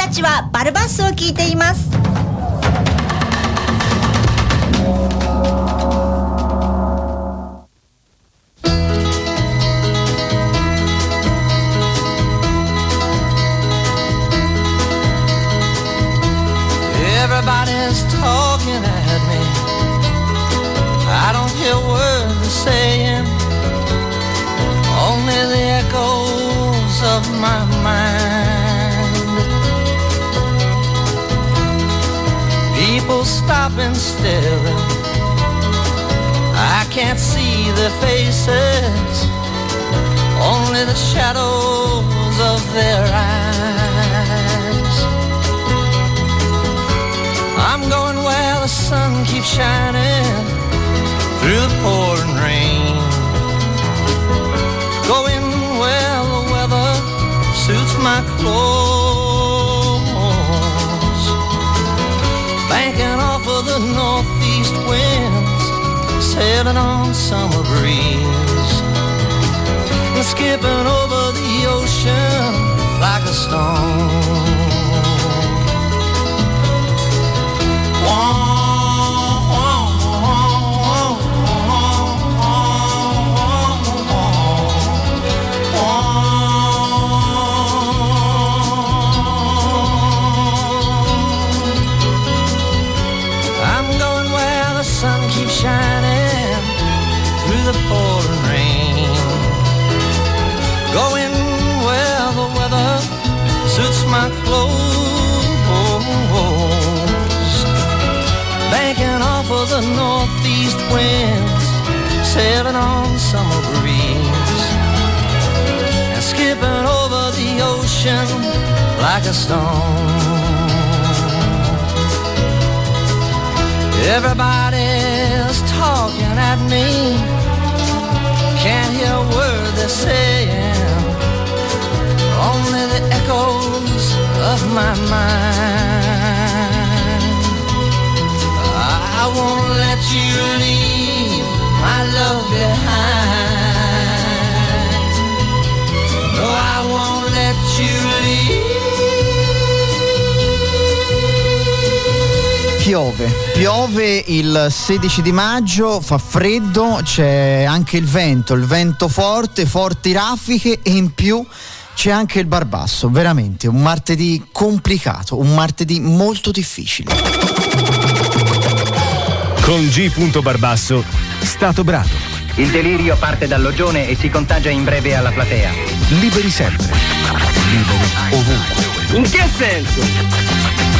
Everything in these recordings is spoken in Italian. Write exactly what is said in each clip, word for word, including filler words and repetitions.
ちはバルバスを聞いています。 Everybody's talking at me. I don't hear words they're saying, only the echoes of my mind. People stop and stare. I can't see their faces, only the shadows of their eyes. I'm going where the sun keeps shining through the pouring rain, going where the weather suits my clothes, banking off of the northeast winds, sailing on summer breeze, and skipping over the ocean like a stone. Shining through the pouring rain, going where the weather suits my clothes, banking off of the northeast winds, sailing on summer breeze, and skipping over the ocean like a stone. Everybody's talking at me, can't hear a word they're saying, only the echoes of my mind. I won't let you leave my love behind. No, I won't let you leave. Piove, piove il sedici di maggio, fa freddo, c'è anche il vento, il vento forte, forti raffiche e in più c'è anche il barbasso, veramente un martedì complicato, un martedì molto difficile. Con G. Barbasso, Stato Brado. Il delirio parte dall'Ogione e si contagia in breve alla platea. Liberi sempre, liberi ovunque. In che senso?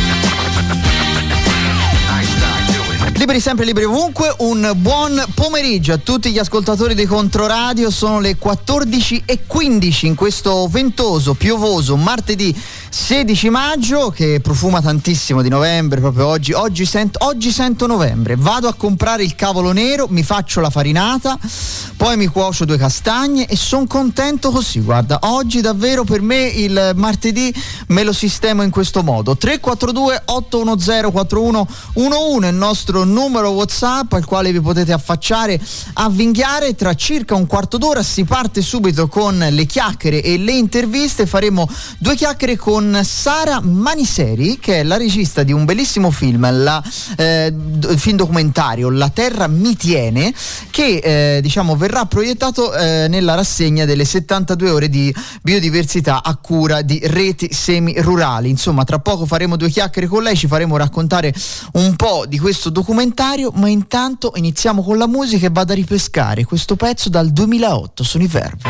Liberi sempre, liberi ovunque, un buon pomeriggio a tutti gli ascoltatori di Controradio. Sono le quattordici e quindici in questo ventoso, piovoso martedì sedici maggio che profuma tantissimo di novembre proprio oggi. Oggi sento, oggi sento novembre. Vado a comprare il cavolo nero, mi faccio la farinata, poi mi cuocio due castagne e sono contento così. Guarda, oggi davvero per me il martedì me lo sistemo in questo modo. tre quattro due otto uno zero quattro uno uno uno è il nostro numero WhatsApp al quale vi potete affacciare, avvinghiare. Tra circa un quarto d'ora si parte subito con le chiacchiere e le interviste. Faremo due chiacchiere con Sara Maniseri, che è la regista di un bellissimo film, la, eh, film documentario La Terra mi tiene, che eh, diciamo verrà proiettato eh, nella rassegna delle settantadue ore di biodiversità a cura di Reti Semirurali. Insomma, tra poco faremo due chiacchiere con lei, ci faremo raccontare un po' di questo documentario, ma intanto iniziamo con la musica e vado a ripescare questo pezzo dal duemilaotto, sono i Verve.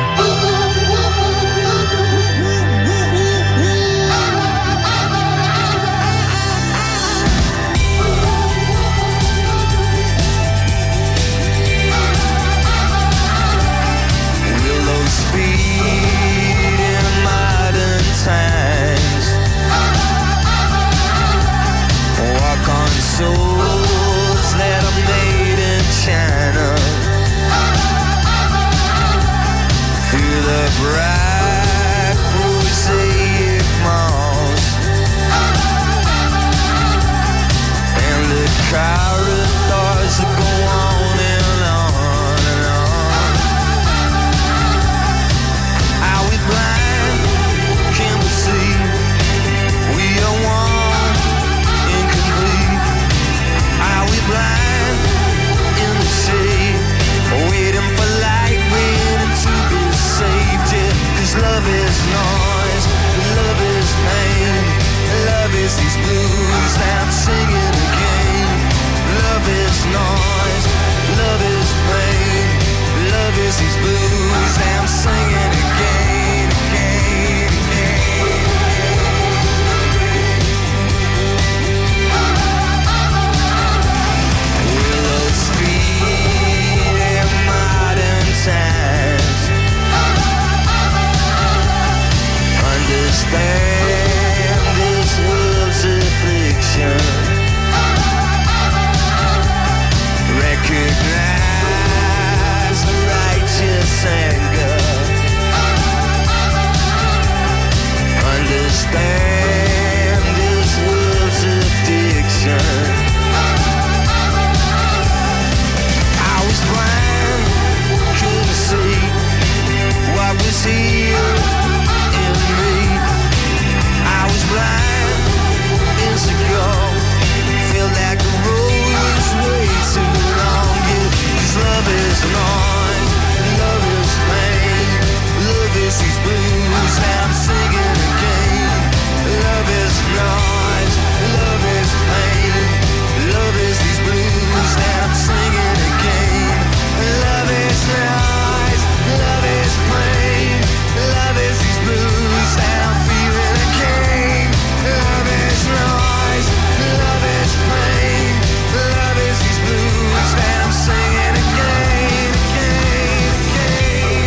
Souls that are made in China. is noise, love is pain, love is these blues that I'm singing again. Love is noise, love is pain, love is these blues that I'm singing again, again, again. Willow's feet in modern times, understand this world's affliction, recognize the righteous anger, understand this world's addiction. I was blind, couldn't see what was here in me. I was blind, insecure, felt like the road was way too long. Yeah, 'cause love is noise, love is pain, love is these blues that I'm singing again. Love is noise, love is pain, love is these blues that I'm singing again. Love is noise, love is pain, love is these blues that I'm feeling again. Love is noise, love is pain, love is these blues that I'm singing again, again, again,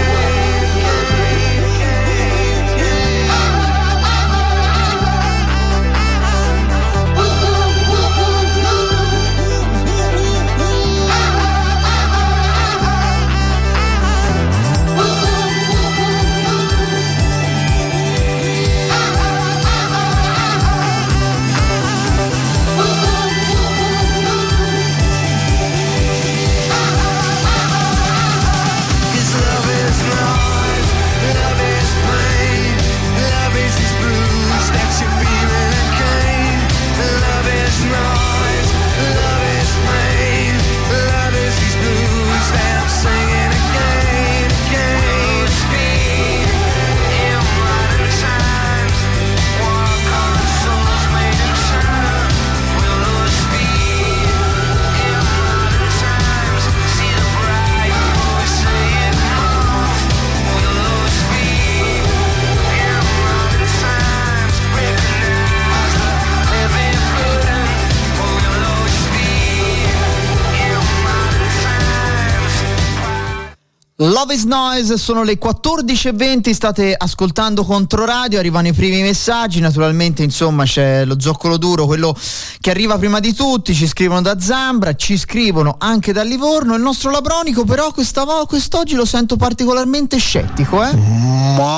Love is Noise, sono le quattordici e venti, state ascoltando Controradio, arrivano i primi messaggi, naturalmente insomma c'è lo zoccolo duro, quello che arriva prima di tutti, ci scrivono da Zambra, ci scrivono anche da Livorno, il nostro Labronico però questa, quest'oggi lo sento particolarmente scettico, eh? Ma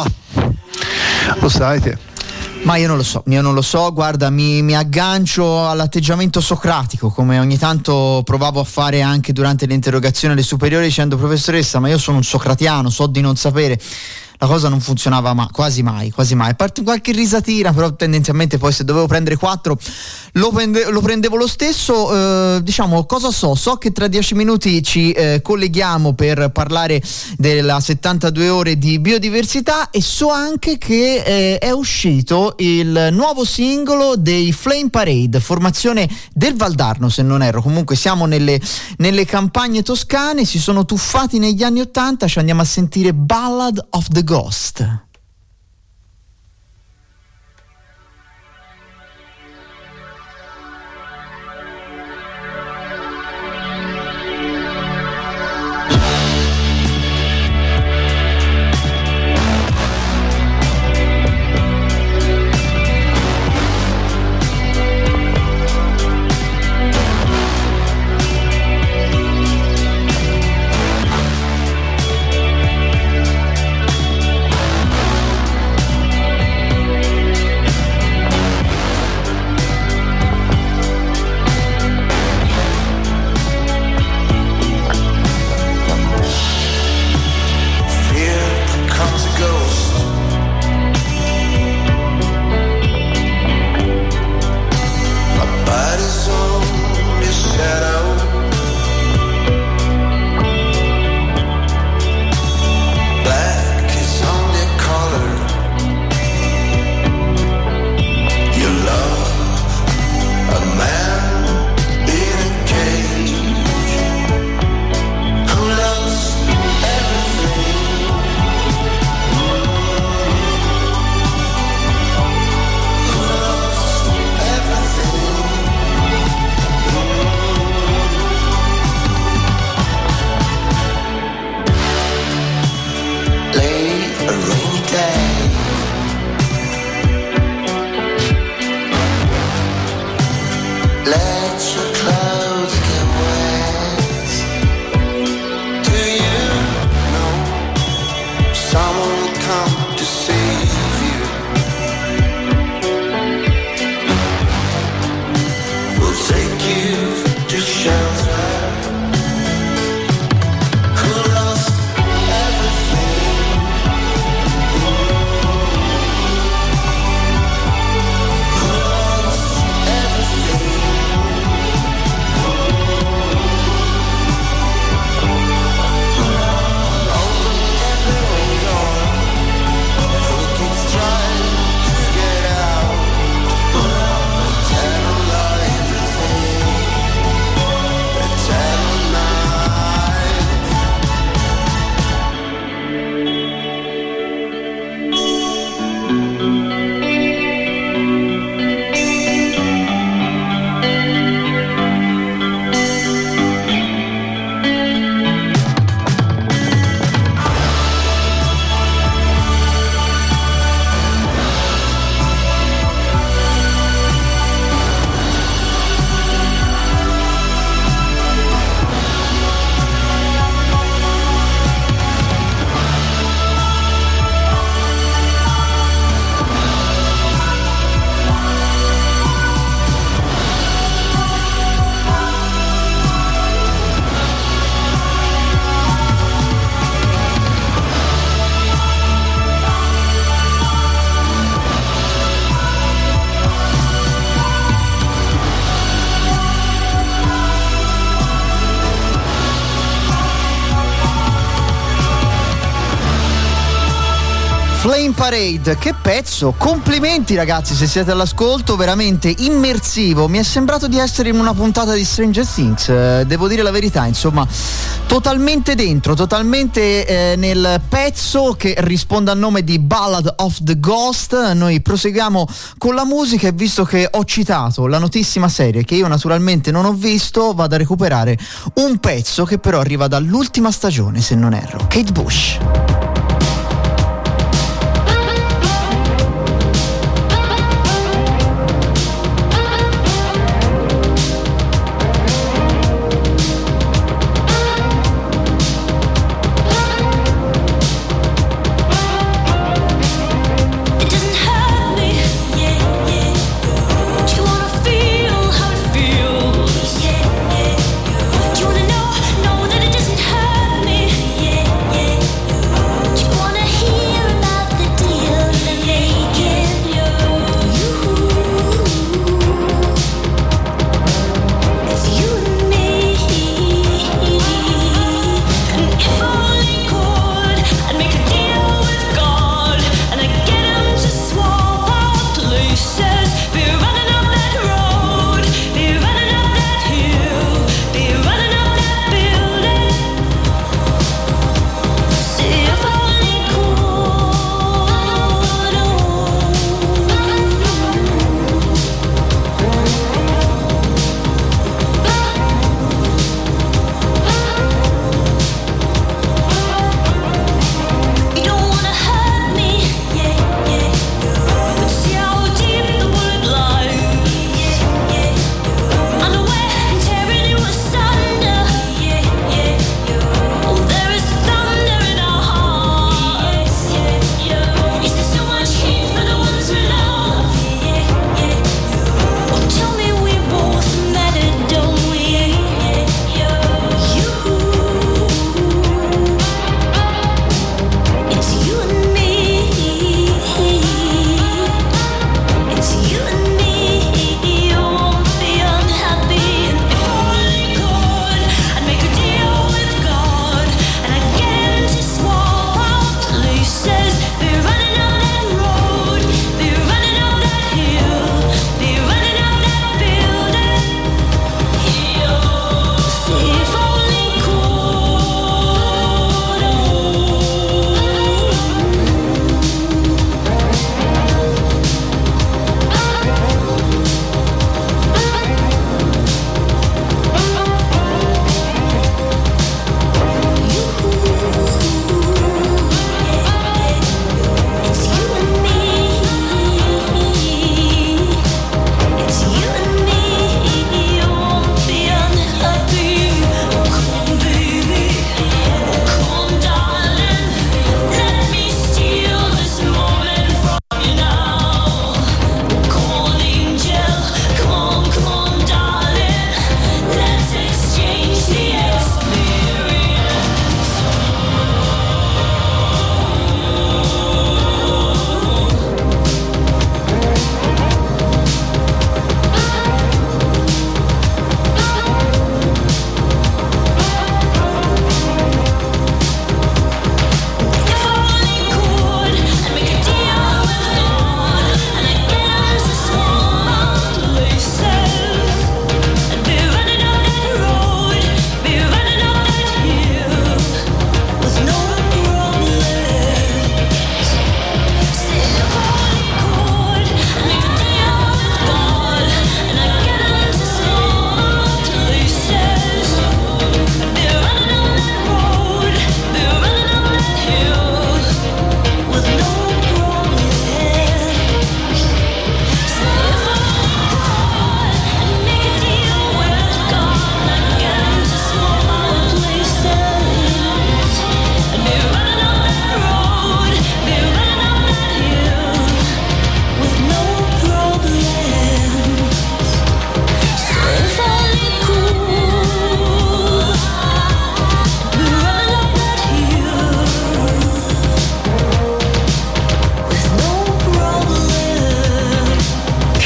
lo sai te. Ma io non lo so, io non lo so, guarda, mi, mi aggancio all'atteggiamento socratico, come ogni tanto provavo a fare anche durante l'interrogazione alle superiori dicendo: professoressa, ma io sono un socratiano, so di non sapere. La cosa non funzionava ma, quasi mai, quasi mai. A parte qualche risatina, però tendenzialmente poi se dovevo prendere quattro lo, prende, lo prendevo lo stesso. Eh, diciamo, cosa so? So che tra dieci minuti ci eh, colleghiamo per parlare della settantadue ore di biodiversità e so anche che eh, è uscito il nuovo singolo dei Flame Parade, formazione del Valdarno se non erro. Comunque siamo nelle, nelle campagne toscane, si sono tuffati negli anni ottanta, ci andiamo a sentire Ballad of the Ghost. Ballad Flame Parade, che pezzo, complimenti ragazzi se siete all'ascolto, veramente immersivo, mi è sembrato di essere in una puntata di Stranger Things, eh, devo dire la verità, insomma totalmente dentro, totalmente eh, nel pezzo che risponde al nome di Ballad of the Ghost. Noi proseguiamo con la musica e visto che ho citato la notissima serie che io naturalmente non ho visto, vado a recuperare un pezzo che però arriva dall'ultima stagione se non erro, Kate Bush. You wanna know, know that it doesn't hurt me. Yeah, yeah.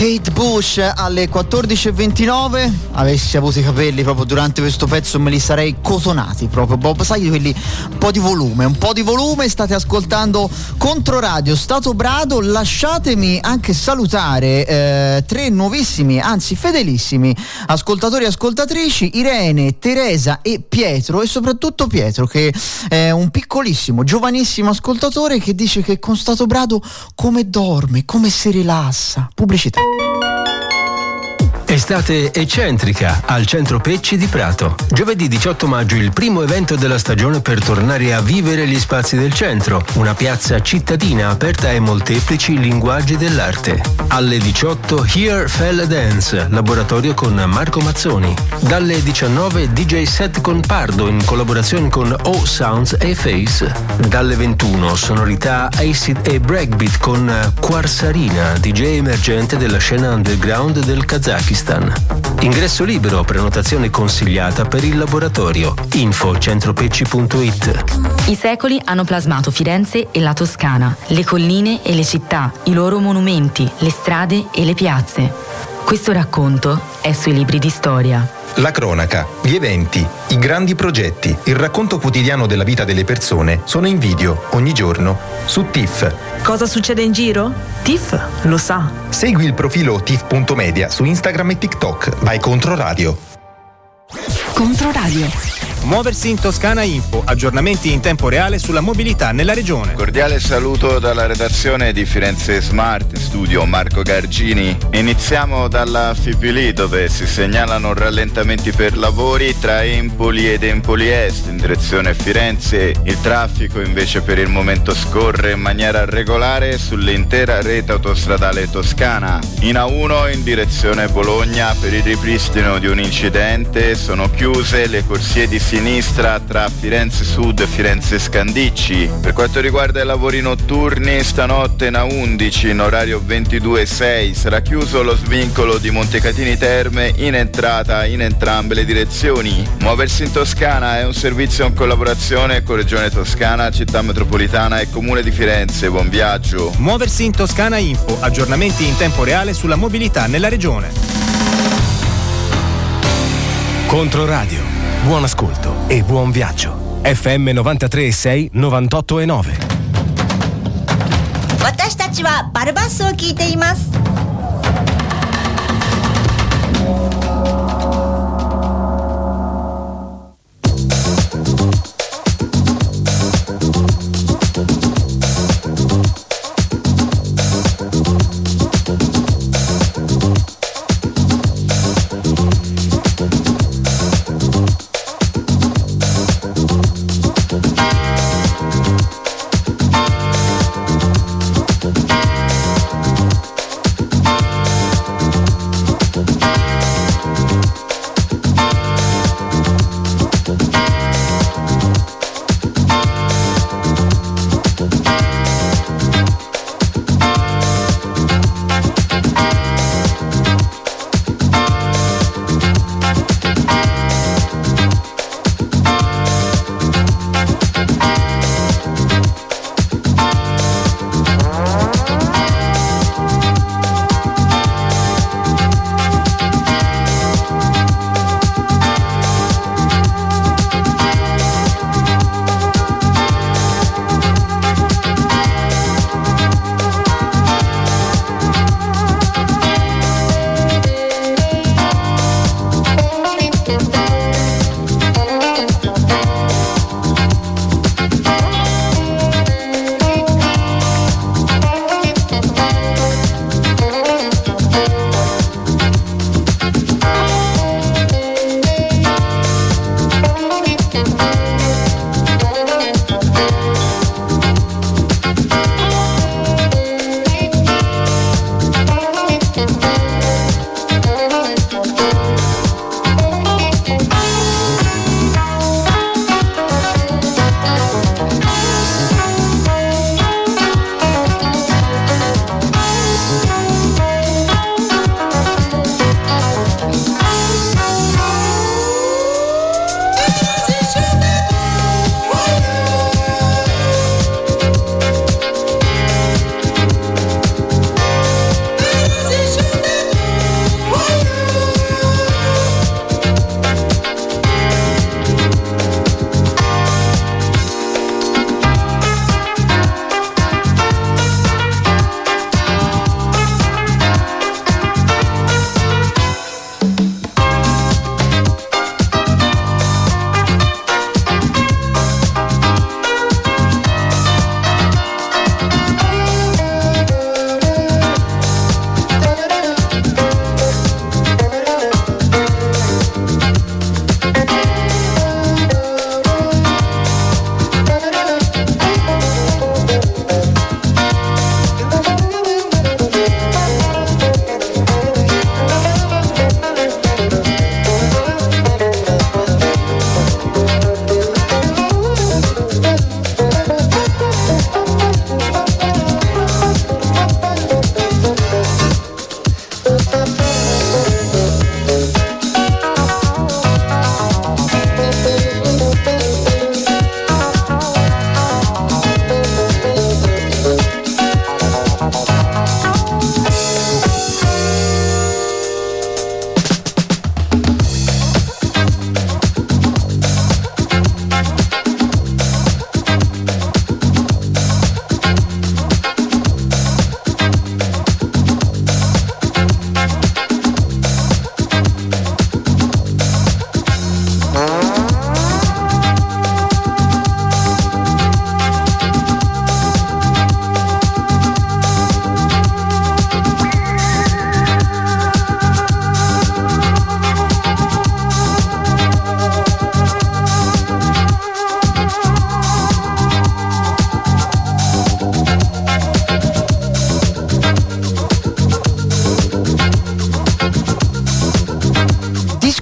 Kate Bush alle quattordici e ventinove. Avessi avuto i capelli proprio durante questo pezzo me li sarei cotonati proprio, Bob, sai, quelli un po' di volume, un po' di volume. State ascoltando Controradio Stato Brado. Lasciatemi anche salutare eh, tre nuovissimi, anzi fedelissimi ascoltatori e ascoltatrici: Irene, Teresa e Pietro, e soprattutto Pietro, che è un piccolissimo, giovanissimo ascoltatore che dice che con Stato Brado come dorme, come si rilassa. Pubblicità. Estate eccentrica al Centro Pecci di Prato. Giovedì diciotto maggio il primo evento della stagione per tornare a vivere gli spazi del centro. Una piazza cittadina aperta ai molteplici linguaggi dell'arte. Alle diciotto Here Fell Dance, laboratorio con Marco Mazzoni. Dalle diciannove D J set con Pardo in collaborazione con O Sounds e Face. Dalle ventuno sonorità acid e breakbeat con Quarsarina, D J emergente della scena underground del Kazakistan. Ingresso libero, prenotazione consigliata per il laboratorio. Info centropecci punto it. I secoli hanno plasmato Firenze e la Toscana, le colline e le città, i loro monumenti, le strade e le piazze. Questo racconto è sui libri di storia. La cronaca, gli eventi, i grandi progetti, il racconto quotidiano della vita delle persone sono in video ogni giorno su T I F. Cosa succede in giro? T I F lo sa. Segui il profilo T I F punto media su Instagram e TikTok. Vai Controradio. Controradio. Muoversi in Toscana Info, aggiornamenti in tempo reale sulla mobilità nella regione. Cordiale saluto dalla redazione di Firenze Smart, studio Marco Gargini. Iniziamo dalla F I P L I, dove si segnalano rallentamenti per lavori tra Empoli ed Empoli Est in direzione Firenze. Il traffico invece per il momento scorre in maniera regolare sull'intera rete autostradale toscana. In A uno in direzione Bologna per il ripristino di un incidente sono chiuse le corsie di sinistra tra Firenze Sud e Firenze Scandicci. Per quanto riguarda i lavori notturni, stanotte in A undici in orario ventidue sei sarà chiuso lo svincolo di Montecatini Terme in entrata in entrambe le direzioni. Muoversi in Toscana è un servizio in collaborazione con Regione Toscana, Città Metropolitana e Comune di Firenze. Buon viaggio. Muoversi in Toscana Info, aggiornamenti in tempo reale sulla mobilità nella regione. Controradio. Buon ascolto e buon viaggio. F M novantatré e sei, novantotto e nove. 私たちはバルバスを聞いています。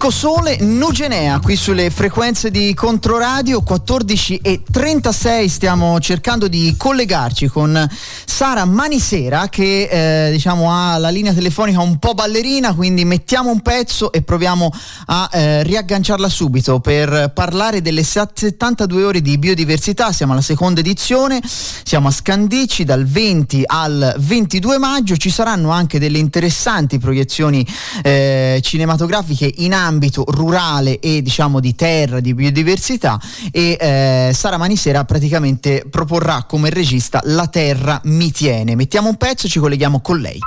Disco Sole Nugenea qui sulle frequenze di Controradio. Quattordici e trentasei, stiamo cercando di collegarci con Sara Manisera che eh, diciamo ha la linea telefonica un po' ballerina, quindi mettiamo un pezzo e proviamo a eh, riagganciarla subito per parlare delle settantadue ore di biodiversità. Siamo alla seconda edizione, siamo a Scandicci dal venti al ventidue maggio. Ci saranno anche delle interessanti proiezioni eh, cinematografiche in ambito rurale e diciamo di terra, di biodiversità, e eh, Sara Manisera praticamente proporrà come regista La terra mi tiene. Mettiamo un pezzo e ci colleghiamo con lei.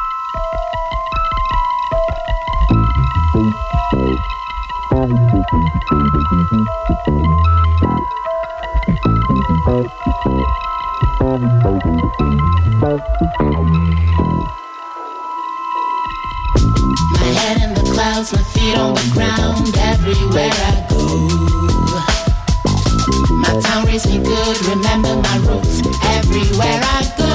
My head in the clouds, my feet on the ground, everywhere I go. My town raised me good, remember my roots, everywhere I go.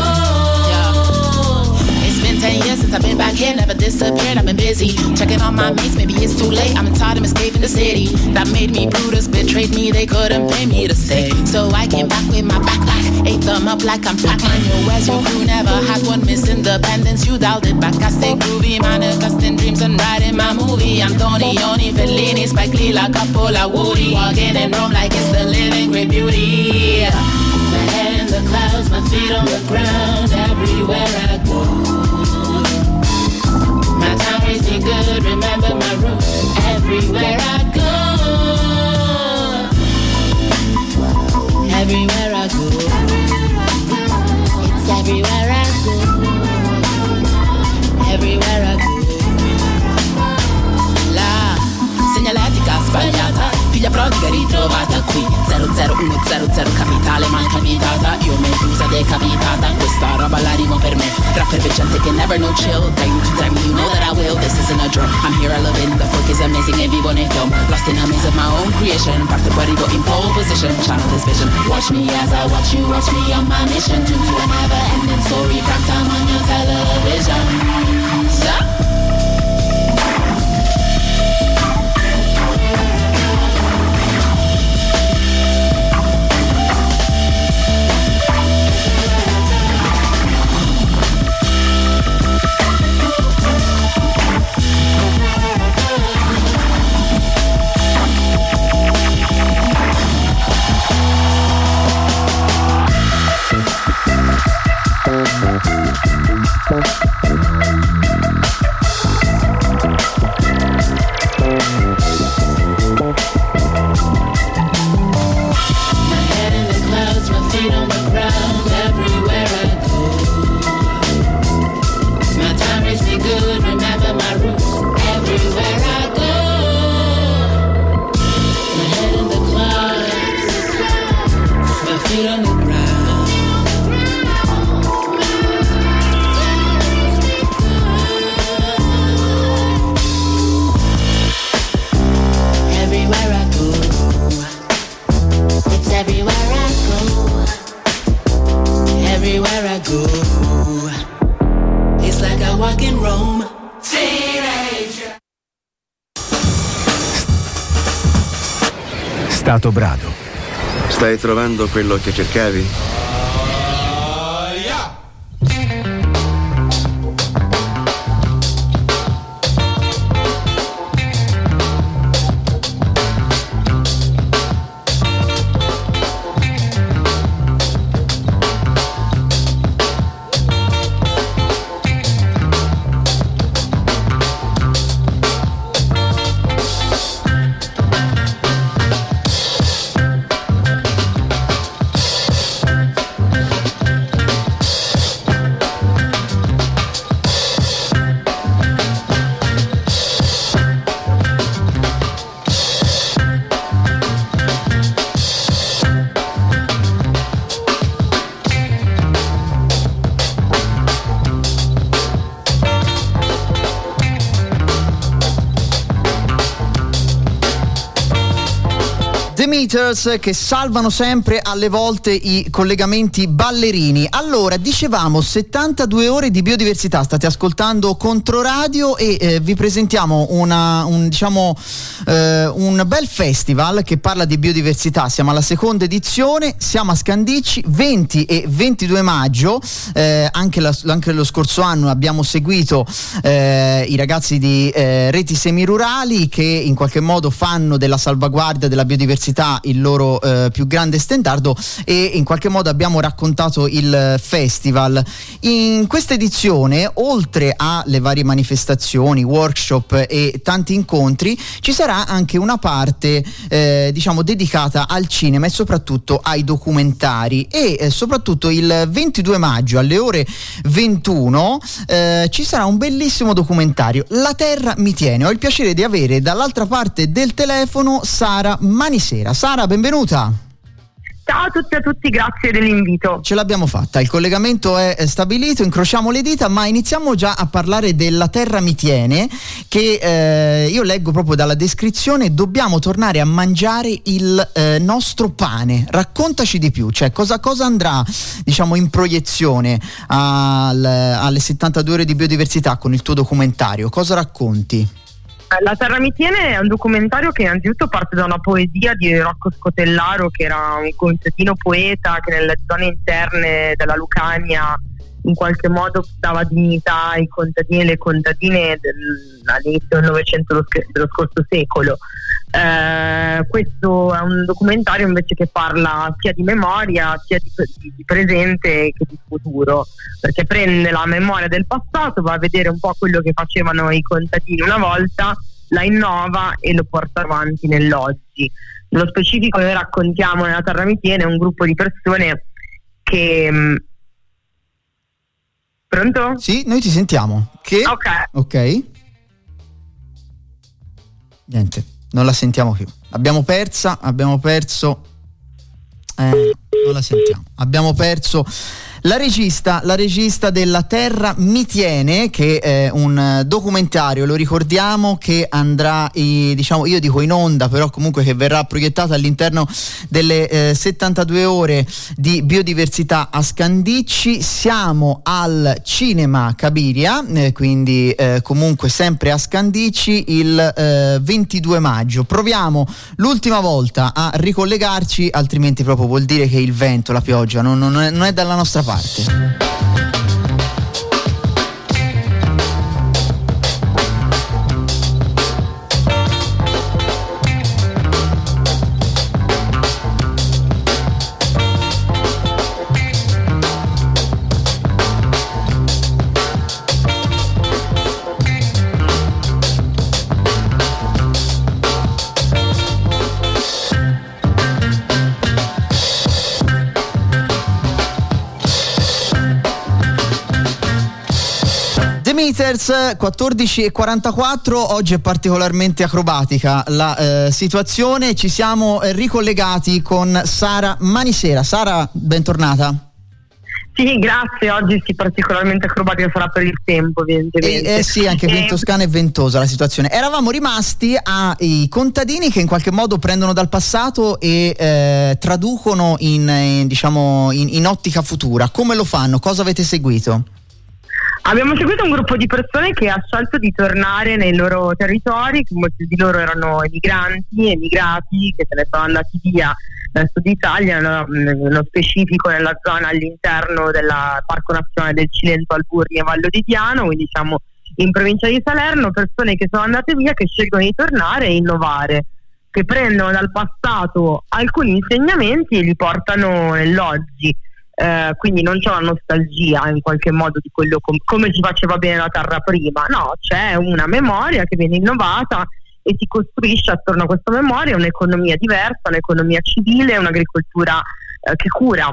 Yeah. It's been ten years since I've been back here, never disappeared, I've been busy checking on my mates, maybe it's too late, I'm tired of escaping the city. That made me Brutus, betrayed me, they couldn't pay me to stay. So I came back with my backpack, ate them up like I'm Pac-Man. Yo, where's your crew? Never had one miss independence, you dialed it back, I stay groovy, manifesting dreams and writing my movie. Antonioni, Fellini, Spike Lee, La Coppola, Woody, walking in Rome like it's the living great beauty. My head in the clouds, my feet on the ground, everywhere I go. My town raised me good, remember my roots, everywhere I go. Everywhere I go, it's everywhere I go. Everywhere I go. La segnaletica sbagliata, figlia prodiga ritrovata qui. Zero zero uno zero zero capitale mal capitata. Io Medusa decapitata, questa roba la rimo per me. Rapper veggente che never no chill. Dai you to dai me, you know that I will. This isn't a drill, I'm here, I love it. The folk is amazing e vivo nei film. Lost in a maze of my own creation. Parte poi arrivo in pole position. Channel this vision. Watch me as I watch you, watch me on my mission. Tune to a never ending story. Prime time on your television. Yeah. Stato brado. Stai trovando quello che cercavi? The Meters, che salvano sempre alle volte i collegamenti ballerini. Allora, dicevamo settantadue ore di biodiversità, state ascoltando Controradio e eh, vi presentiamo una, un, diciamo, eh, un bel festival che parla di biodiversità. Siamo alla seconda edizione, siamo a Scandicci, venti e ventidue maggio, eh, anche, la, anche lo scorso anno abbiamo seguito eh, i ragazzi di eh, Reti Semirurali che in qualche modo fanno della salvaguardia della biodiversità il loro eh, più grande stendardo e in qualche modo abbiamo raccontato il festival. In questa edizione, oltre alle varie manifestazioni, workshop e tanti incontri, ci sarà anche una parte eh, diciamo dedicata al cinema e soprattutto ai documentari e eh, soprattutto il ventidue maggio alle ore ventuno eh, ci sarà un bellissimo documentario, La Terra mi tiene. Ho il piacere di avere dall'altra parte del telefono Sara Manisera. Sara, benvenuta. Ciao a tutti e a tutti, grazie dell'invito. Ce l'abbiamo fatta, il collegamento è stabilito, incrociamo le dita, ma iniziamo già a parlare della Terra mi tiene, che eh, io leggo proprio dalla descrizione, dobbiamo tornare a mangiare il eh, nostro pane. Raccontaci di più, cioè cosa, cosa andrà diciamo in proiezione al, alle settantadue ore di biodiversità con il tuo documentario, cosa racconti? La Terra mi tiene è un documentario che innanzitutto parte da una poesia di Rocco Scotellaro, che era un contadino poeta che nelle zone interne della Lucania in qualche modo dava dignità ai contadini e le contadine del, all'inizio del Novecento dello scorso secolo. Eh, questo è un documentario invece che parla sia di memoria sia di, di, di presente che di futuro, perché prende la memoria del passato, va a vedere un po' quello che facevano i contadini una volta, la innova e lo porta avanti nell'oggi. Nello specifico noi raccontiamo nella Terra mi tiene un gruppo di persone che... Pronto? Sì, noi ti sentiamo. Che... Ok. Ok. Niente, non la sentiamo più. Abbiamo persa, abbiamo perso. Eh, non la sentiamo. Abbiamo perso la regista, la regista della Terra mi tiene, che è un documentario, lo ricordiamo, che andrà, eh, diciamo, io dico in onda, però comunque che verrà proiettato all'interno delle eh, settantadue ore di biodiversità a Scandicci. Siamo al Cinema Cabiria, eh, quindi eh, comunque sempre a Scandicci il eh, ventidue maggio. Proviamo l'ultima volta a ricollegarci, altrimenti proprio vuol dire che il vento, la pioggia non, non, è, non è dalla nostra parte. quattordici e quarantaquattro, oggi è particolarmente acrobatica la eh, situazione, ci siamo eh, ricollegati con Sara Manisera. Sara, bentornata. Sì, grazie, oggi sì, particolarmente acrobatica sarà per il tempo, evidentemente. Eh, eh sì, anche qui in Toscana è ventosa la situazione. Eravamo rimasti ai contadini che in qualche modo prendono dal passato e eh, traducono in, in, diciamo, in, in ottica futura. Come lo fanno? Cosa avete seguito? Abbiamo seguito un gruppo di persone che ha scelto di tornare nei loro territori, che molti di loro erano emigranti, emigrati, che se ne sono andati via dal sud Italia, nello specifico nella zona all'interno del Parco Nazionale del Cilento, Alburni e Vallo di Diano, quindi siamo in provincia di Salerno, persone che sono andate via, che scelgono di tornare e innovare, che prendono dal passato alcuni insegnamenti e li portano nell'oggi. Eh, quindi non c'è una nostalgia in qualche modo di quello com- come si faceva bene la terra prima, no, c'è una memoria che viene innovata e si costruisce attorno a questa memoria un'economia diversa, un'economia civile, un'agricoltura eh, che cura.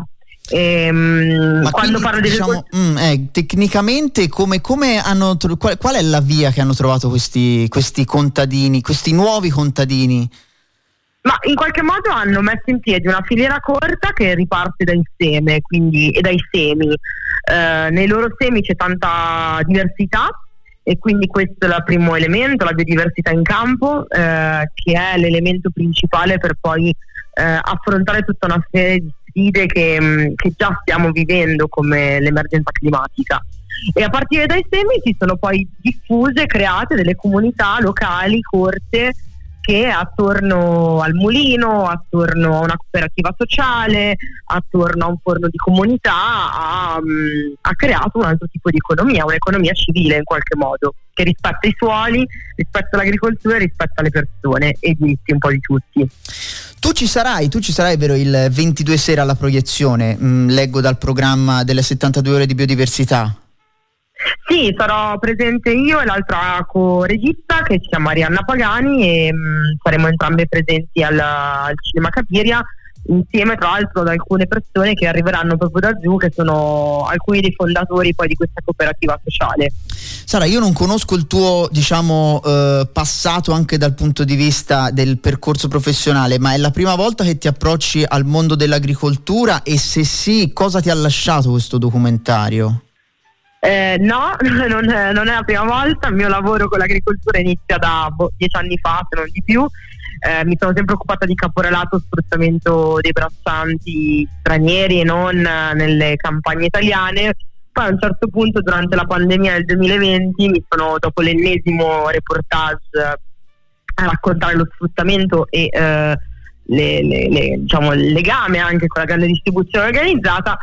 Ehm, Ma quando quindi, parlo di diciamo, mm, eh, tecnicamente come, come hanno tro- qual, qual è la via che hanno trovato questi, questi contadini, questi nuovi contadini? Ma in qualche modo hanno messo in piedi una filiera corta che riparte dal seme, quindi, e dai semi. Eh, nei loro semi c'è tanta diversità e quindi questo è il primo elemento, la biodiversità in campo, eh, che è l'elemento principale per poi eh, affrontare tutta una serie di sfide che, mh, che già stiamo vivendo, come l'emergenza climatica. E a partire dai semi si sono poi diffuse, create delle comunità locali corte che attorno al mulino, attorno a una cooperativa sociale, attorno a un forno di comunità ha, ha creato un altro tipo di economia, un'economia civile in qualche modo, che rispetta i suoli, rispetta l'agricoltura e rispetta le persone e i diritti un po' di tutti. Tu ci sarai, tu ci sarai vero il ventidue sera alla proiezione, mh, leggo dal programma delle settantadue ore di biodiversità. Sì, sarò presente io e l'altra co-regista che si chiama Arianna Pagani e mh, saremo entrambe presenti al, al Cinema Capiria, insieme tra l'altro ad alcune persone che arriveranno proprio da giù, che sono alcuni dei fondatori poi di questa cooperativa sociale. Sara, io non conosco il tuo, diciamo, eh, passato anche dal punto di vista del percorso professionale, ma è la prima volta che ti approcci al mondo dell'agricoltura, e se sì, cosa ti ha lasciato questo documentario? Eh, no, non è, non è la prima volta. Il mio lavoro con l'agricoltura inizia da boh, dieci anni fa, se non di più. Eh, mi sono sempre occupata di caporalato, sfruttamento dei braccianti stranieri e non nelle campagne italiane. Poi a un certo punto, durante la pandemia del duemilaventi, mi sono, dopo l'ennesimo reportage a raccontare lo sfruttamento e eh, le, le, le, diciamo, il legame anche con la grande distribuzione organizzata,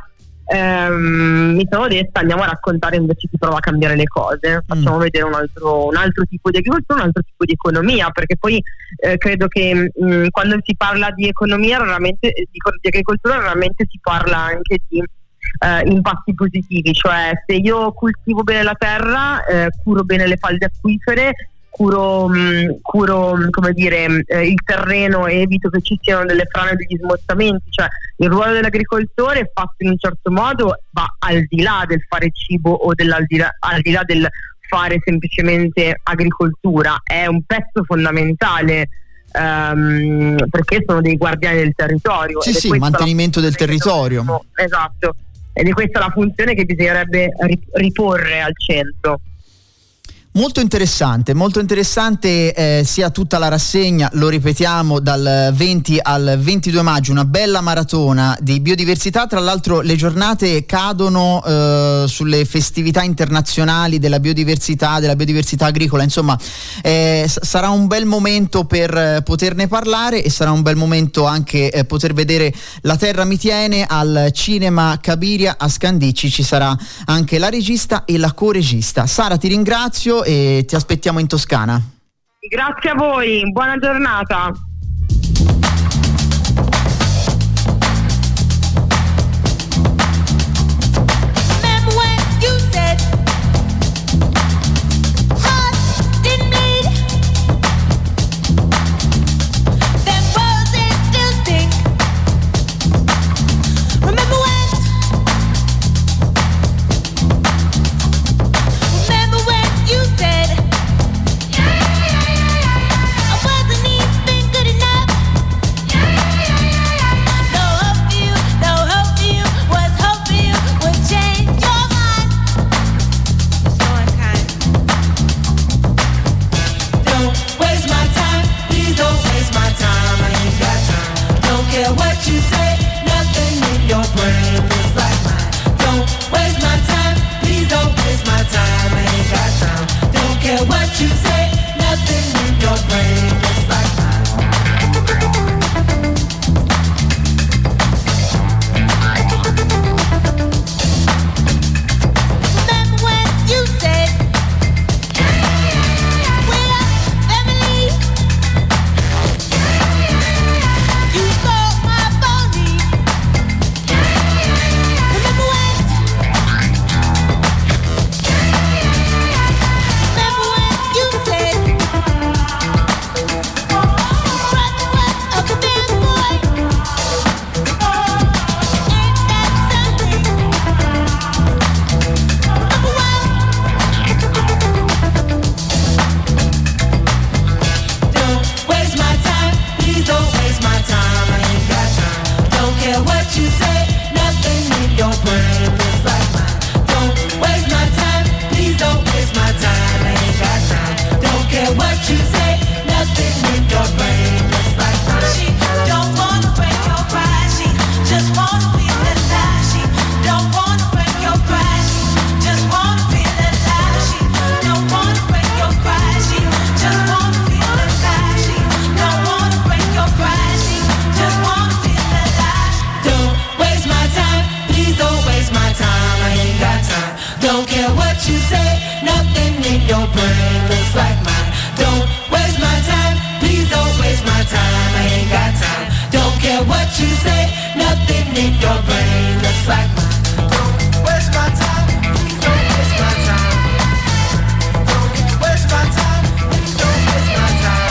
ehm, mi sono detta andiamo a raccontare invece chi prova a cambiare le cose, facciamo mm. vedere un altro, un altro tipo di agricoltura, un altro tipo di economia, perché poi eh, credo che mh, quando si parla di economia raramente, di, di agricoltura raramente si parla anche di eh, impatti positivi, cioè se io coltivo bene la terra, eh, curo bene le falde acquifere, curo, mh, curo mh, come dire, eh, il terreno e evito che ci siano delle frane e degli smottamenti, cioè il ruolo dell'agricoltore fatto in un certo modo va al di là del fare cibo o dell'al di là, al di là del fare semplicemente agricoltura, è un pezzo fondamentale um, perché sono dei guardiani del territorio. Sì, sì, mantenimento del territorio. Dobbiamo, esatto, ed è questa la funzione che bisognerebbe riporre al centro. Molto interessante, molto interessante eh, sia tutta la rassegna, lo ripetiamo, dal venti al ventidue maggio, una bella maratona di biodiversità. Tra l'altro le giornate cadono eh, sulle festività internazionali della biodiversità, della biodiversità agricola, insomma eh, s- sarà un bel momento per eh, poterne parlare, e sarà un bel momento anche eh, poter vedere La Terra mi tiene al Cinema Cabiria a Scandicci. Ci sarà anche la regista e la co-regista. Sara, ti ringrazio e ti aspettiamo in Toscana. Grazie a voi, buona giornata. You in your brain looks like mine. Don't waste my time, please don't waste my time. I ain't got time. Don't care what you say, nothing in your brain looks like mine. Don't waste my time, please don't waste my time. Don't waste my time, please don't waste my time.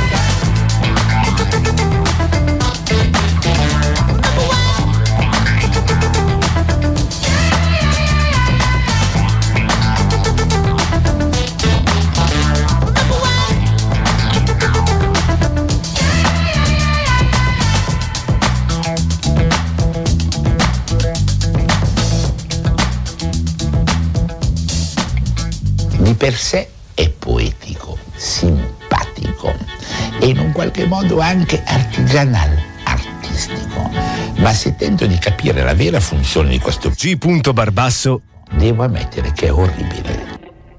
Di per sé è poetico, simpatico e in un qualche modo anche artigianal, artistico. Ma se tento di capire la vera funzione di questo G. Barbasso, devo ammettere che è orribile.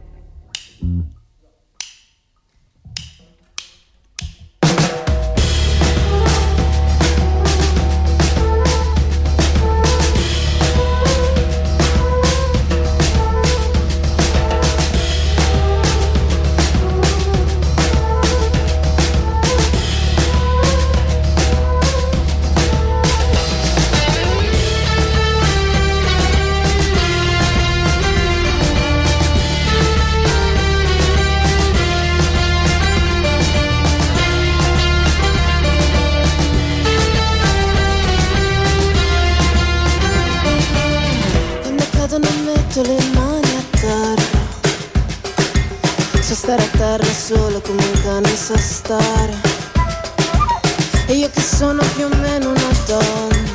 Le mani a terra, so stare a terra solo come un cane sa stare. E io che sono più o meno una donna,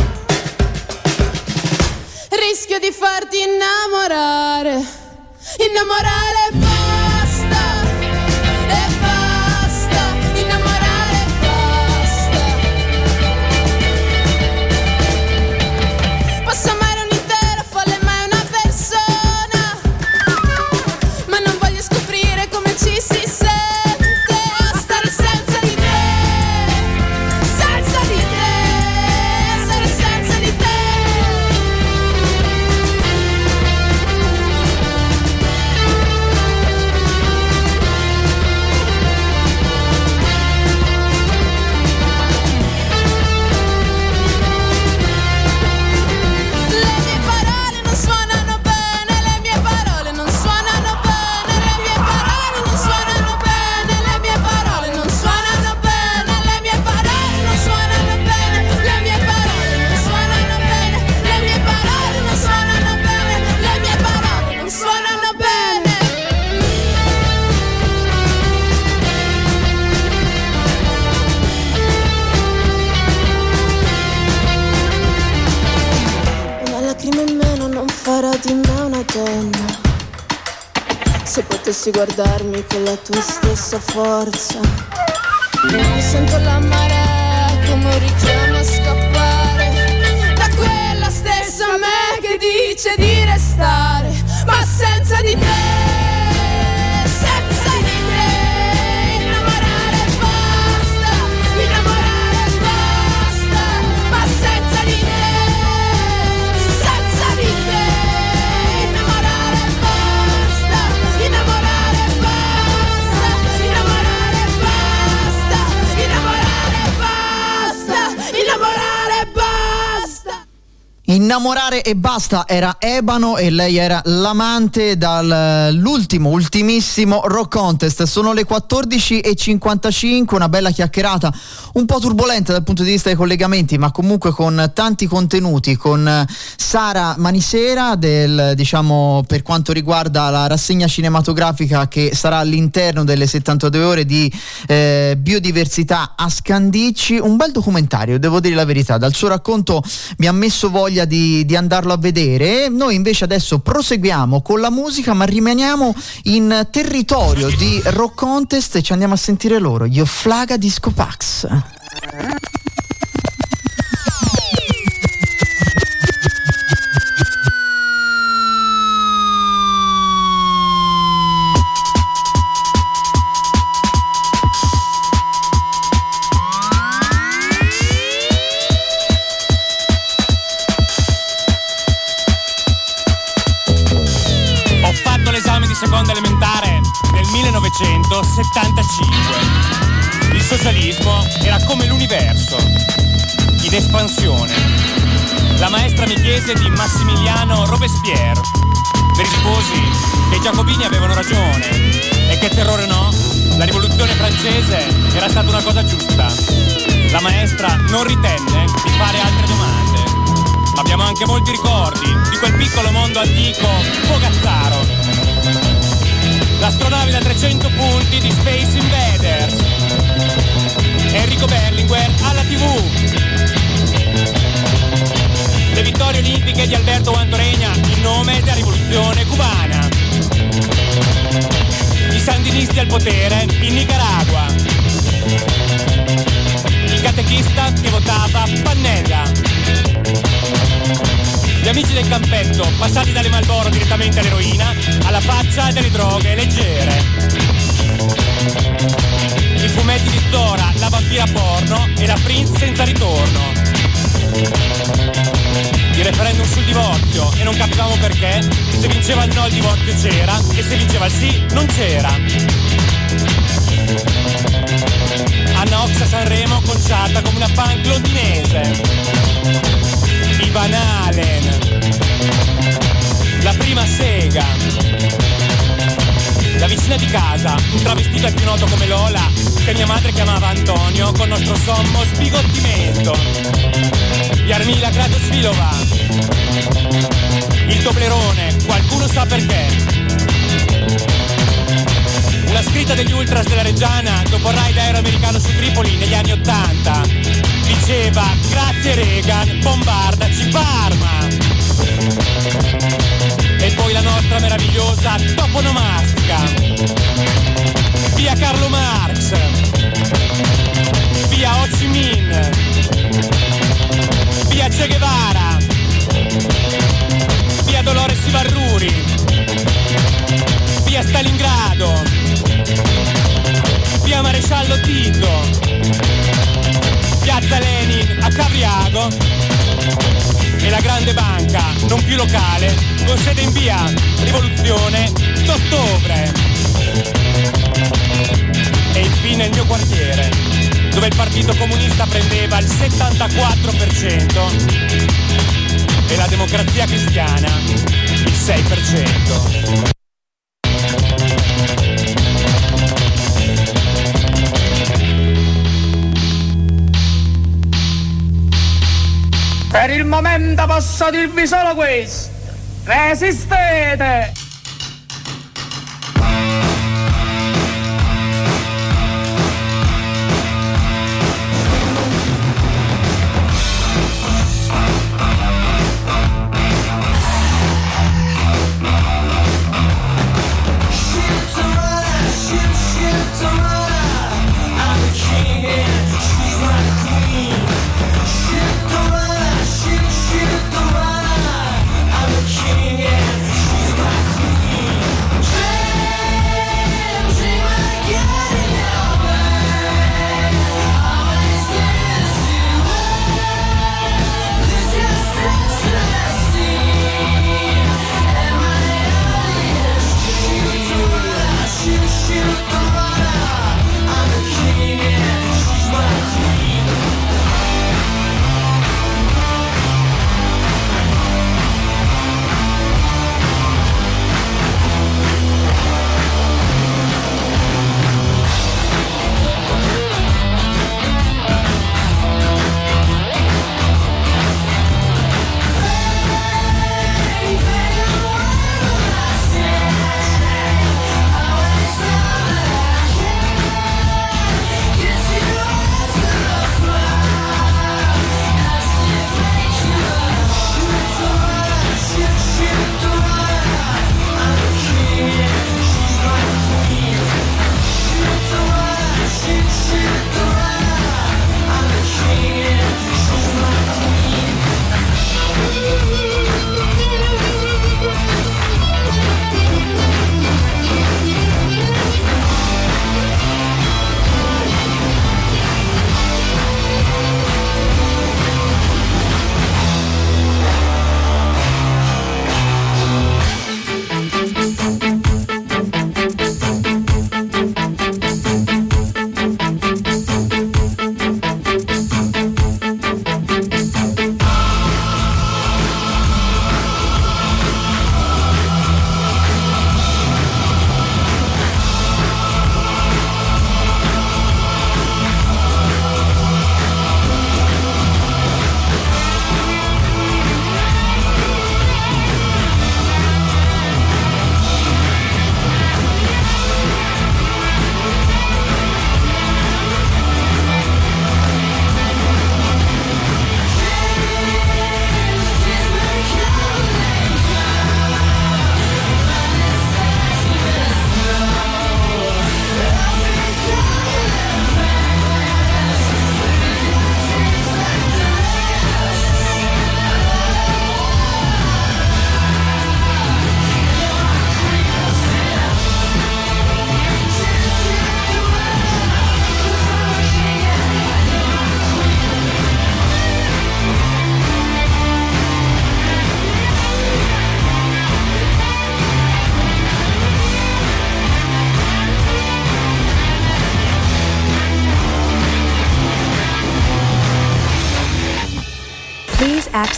rischio di farti innamorare, innamorare e basta, e basta, innamorare e basta. Posso amare ci si sente a stare senza di te, senza di te, stare senza di te. Le mie parole non suonano bene, le mie parole non suonano bene, le mie parole non suonano bene, le mie parole non suonano bene, le mie parole non suonano bene, le mie parole non suonano bene, le mie parole non suonano bene, le mie parole non suonano bene. Una lacrima in meno non farà di me una donna. Se potessi guardarmi con la tua stessa forza, mi sento la marea come un richiamo a scappare da quella stessa me che dice di restare, ma senza di te, senza di te. Innamorare e basta, innamorare e basta, ma senza di te, senza di te. Innamorare e basta, innamorare e basta, innamorare e basta, innamorare e basta, innamorare e basta. Innamorare e basta era Ebano e lei era l'amante dall'ultimo, ultimissimo Rock Contest. Sono le quattordici e cinquantacinque, una bella chiacchierata un po' turbolenta dal punto di vista dei collegamenti, ma comunque con tanti contenuti, con Sara Manisera del, diciamo, per quanto riguarda la rassegna cinematografica che sarà all'interno delle settantadue ore di eh, biodiversità a Scandicci. Un bel documentario, devo dire la verità, dal suo racconto mi ha messo voglia di, di andarlo a vedere. Noi invece adesso proseguiamo con la musica, ma rimaniamo in territorio di Rock Contest e ci andiamo a sentire loro, gli Offlaga Disco Pax. seconda elementare nel millenovecentosettantacinque. Il socialismo era come l'universo, in espansione. La maestra mi chiese di Massimiliano Robespierre. Le risposi che i giacobini avevano ragione e che terrore no, la rivoluzione francese era stata una cosa giusta. La maestra non ritenne di fare altre domande. Ma abbiamo anche molti ricordi di quel piccolo mondo antico fogazzaro. L'astronave da trecento punti di Space Invaders. Enrico Berlinguer alla tivù. Le vittorie olimpiche di Alberto Guantoregna in nome della rivoluzione cubana. I sandinisti al potere in Nicaragua. Il catechista che votava Pannella. Gli amici del campetto passati dalle Marlboro direttamente all'eroina, alla faccia delle droghe leggere. I fumetti di Zora, la vampira porno e la Prince senza ritorno. Il referendum sul divorzio e non capivamo perché. Se vinceva il no il divorzio c'era e se vinceva il sì non c'era. Anna Ox a Sanremo conciata come una punk londinese. I Van Halen, la prima sega, la vicina di casa, un travestito al più noto come Lola, che mia madre chiamava Antonio con nostro sommo sbigottimento. Jarmila Kratochvilova, il Toblerone, qualcuno sa perché. Una scritta degli ultras della Reggiana dopo il raid aereo americano su Tripoli negli anni ottanta diceva: grazie Reagan, bombardaci Parma. E poi la nostra meravigliosa toponomastica. Via Carlo Marx, via Ho Chi Minh, via Che Guevara, via Dolores Ivarruri, via Stalingrado, via Maresciallo Tito, piazza Lenin a Cavriago e la grande banca, non più locale, con sede in via Rivoluzione d'Ottobre. E infine il mio quartiere, dove il Partito Comunista prendeva il settantaquattro per cento e la Democrazia Cristiana il sei per cento. Per il momento posso dirvi solo questo: resistete! She's my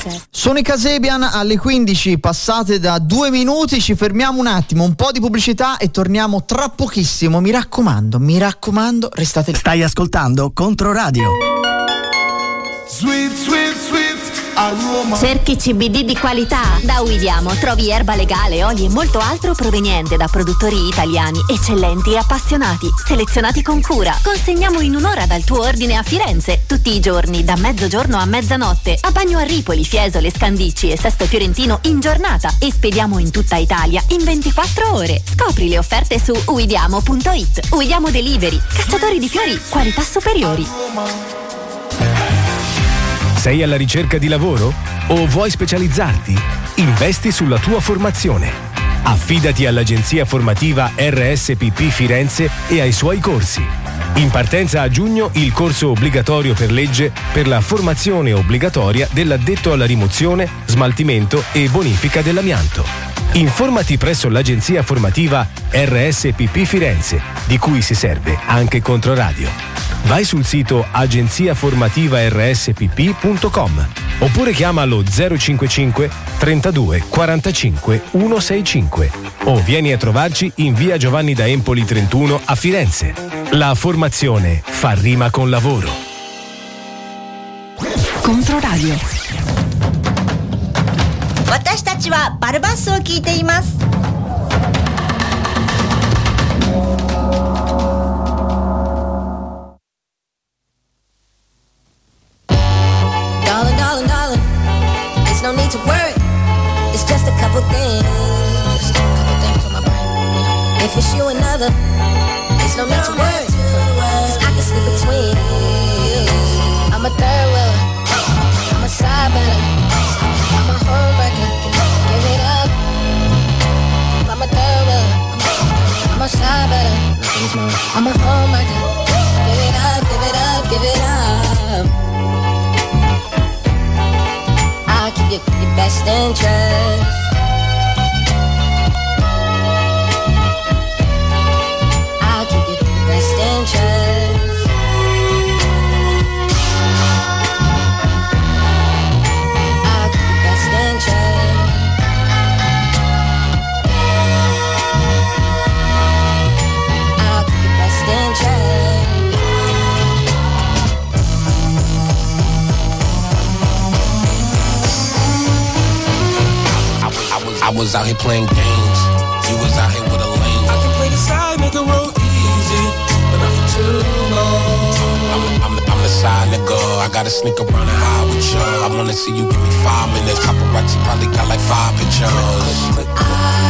Sono i Kasabian alle quindici passate da due minuti, ci fermiamo un attimo, un po' di pubblicità e torniamo tra pochissimo, mi raccomando, mi raccomando, restate lì. Stai ascoltando Controradio. Sweet, sweet, sweet. Cerchi C B D di qualità? Da Uidiamo trovi erba legale, oli e molto altro proveniente da produttori italiani, eccellenti e appassionati, selezionati con cura. Consegniamo in un'ora dal tuo ordine a Firenze, tutti i giorni, da mezzogiorno a mezzanotte, a Bagno a Ripoli, Fiesole, Scandicci e Sesto Fiorentino in giornata, e spediamo in tutta Italia in ventiquattro ore. Scopri le offerte su uidiamo punto it. Uidiamo Delivery, cacciatori di fiori, qualità superiori. Sei alla ricerca di lavoro? O vuoi specializzarti? Investi sulla tua formazione. Affidati all'agenzia formativa R S P P Firenze e ai suoi corsi. In partenza a giugno il corso obbligatorio per legge per la formazione obbligatoria dell'addetto alla rimozione, smaltimento e bonifica dell'amianto. Informati presso l'agenzia formativa R S P P Firenze, di cui si serve anche Controradio. Vai sul sito agenzia formativa r s p p punto com oppure chiama allo zero cinquantacinque trentadue quarantacinque centosessantacinque o vieni a trovarci in via Giovanni da Empoli trentuno a Firenze. La formazione fa rima con lavoro. Controradio. 私たちはバルバスを聞いています。 Darling, darling, darling, there's no need to worry. It's just a couple things, just a couple things on my brain. If it's you and another, there's no need to worry. 'Cause I can sleep between you. I'm a third wheeler, I'm a side better, I'm a homewrecker. Give it up. I'm a third wheeler, I'm a side better, I'm a homewrecker. Give it up, give it up, give it up. I'll keep your, your best interest. I'll keep your, your best interest. I'll keep your best interest. I'll keep your best interest. I was out here playing games, you was out here with a lame. I can play the side, make it real easy, but not for too long. I'm, I'm, I'm the side nigga, I gotta sneak around and hide with you. I wanna see you give me five minutes, paparazzi probably got like five pictures. I won't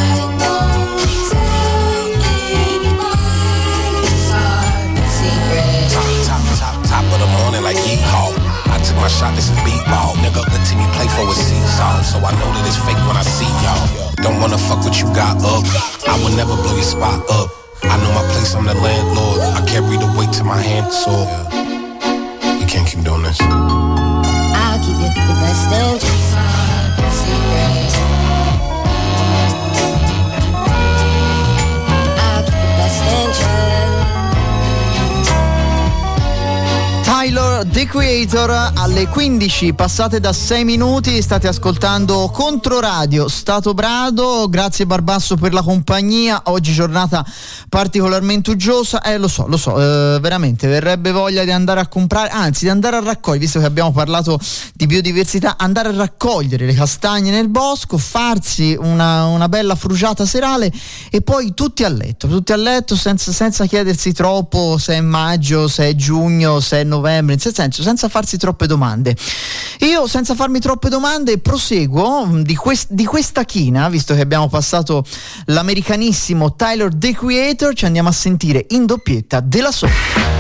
tell anyone, it's our secret. Top, top, top, top of the morning like yeehaw. I took my shot, this is beat ball. Nigga, the team you play for is seesaw. So I know that it's fake when I see y'all. Don't wanna fuck what you got up. I will never blow your spot up. I know my place, I'm the landlord. I carry the weight to my hand, so we can't keep doing this. I'll keep it the best interest. Secret. I'll keep the best interest. Tyler, The Creator, alle quindici passate da sei minuti, state ascoltando Controradio Stato Brado. Grazie Barbasso per la compagnia, oggi giornata particolarmente uggiosa, eh lo so, lo so, eh, veramente verrebbe voglia di andare a comprare, anzi di andare a raccogliere, visto che abbiamo parlato di biodiversità, andare a raccogliere le castagne nel bosco, farsi una, una bella frugiata serale e poi tutti a letto, tutti a letto senza, senza chiedersi troppo se è maggio, se è giugno, se è novembre, in senso, senza farsi troppe domande. Io senza farmi troppe domande proseguo di, quest- di questa china, visto che abbiamo passato l'americanissimo Tyler, The Creator, ci andiamo a sentire in doppietta della Soul.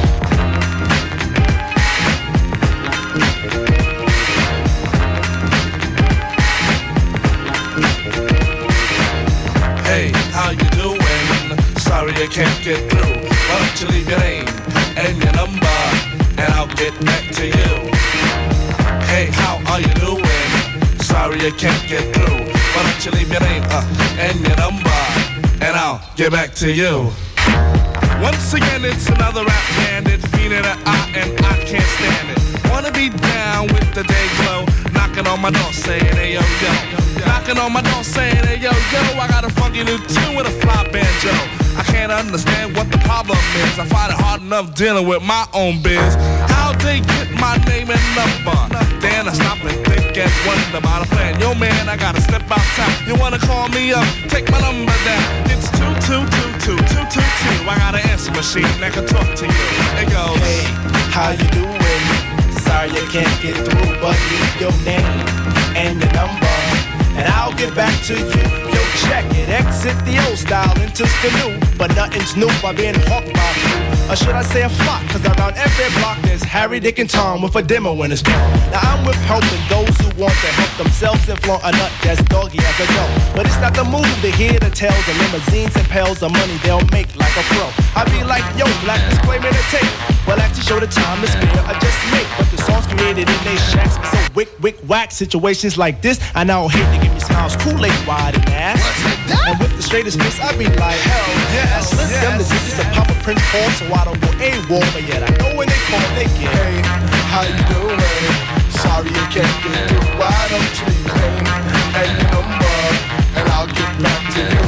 Hey, how you doing? Sorry I can't get through. Why don't you leave your name and your number, and I'll get back to you. Hey, how are you doing? Sorry I can't get through. Why don't you leave your name uh, and your number, and I'll get back to you. Once again, it's another rap bandit, feeling an eye and I can't stand it. Wanna be down with the day glow, knocking on my door saying, hey yo yo. Knocking on my door saying, hey yo yo, I got a funky new tune with a fly banjo. I can't understand what the problem is. I find it hard enough dealing with my own biz. How'd they get my name and number? Then I stop and think and wonder about a plan. Yo man, I gotta step outside. You wanna call me up? Take my number down. It's two two two two two two two. I got an answer machine that can talk to you. It goes, hey, how you doing? Sorry you can't get through, but leave your name and your number, and I'll get back to you. Yo, check it, exit the old style into the new, but nothing's new by being hawked by you. Or should I say a flock, cause around every block there's Harry, Dick and Tom with a demo in his mouth. Now I'm with helping those who want to help themselves and flaunt a nut that's doggy as a dough. But it's not the move to hear the tales of limousines and pails of money they'll make like a pro. I be like, yo, black display me the tape. Well, actually show the time to spare, I just make. But the songs created in they shacks be so wick, wick, whack. Situations like this, I now hate to give me smiles, Kool-Aid wide and ass. And with the straightest face, I be like, hell yes. Slip yes, them the digits yes. of Papa Prince Paul, so I don't go AWOL, but yet I know when they call, they get. Hey, how you doing? Sorry you can't get through. Why don't you leave your name and your number, and I'll get back to you.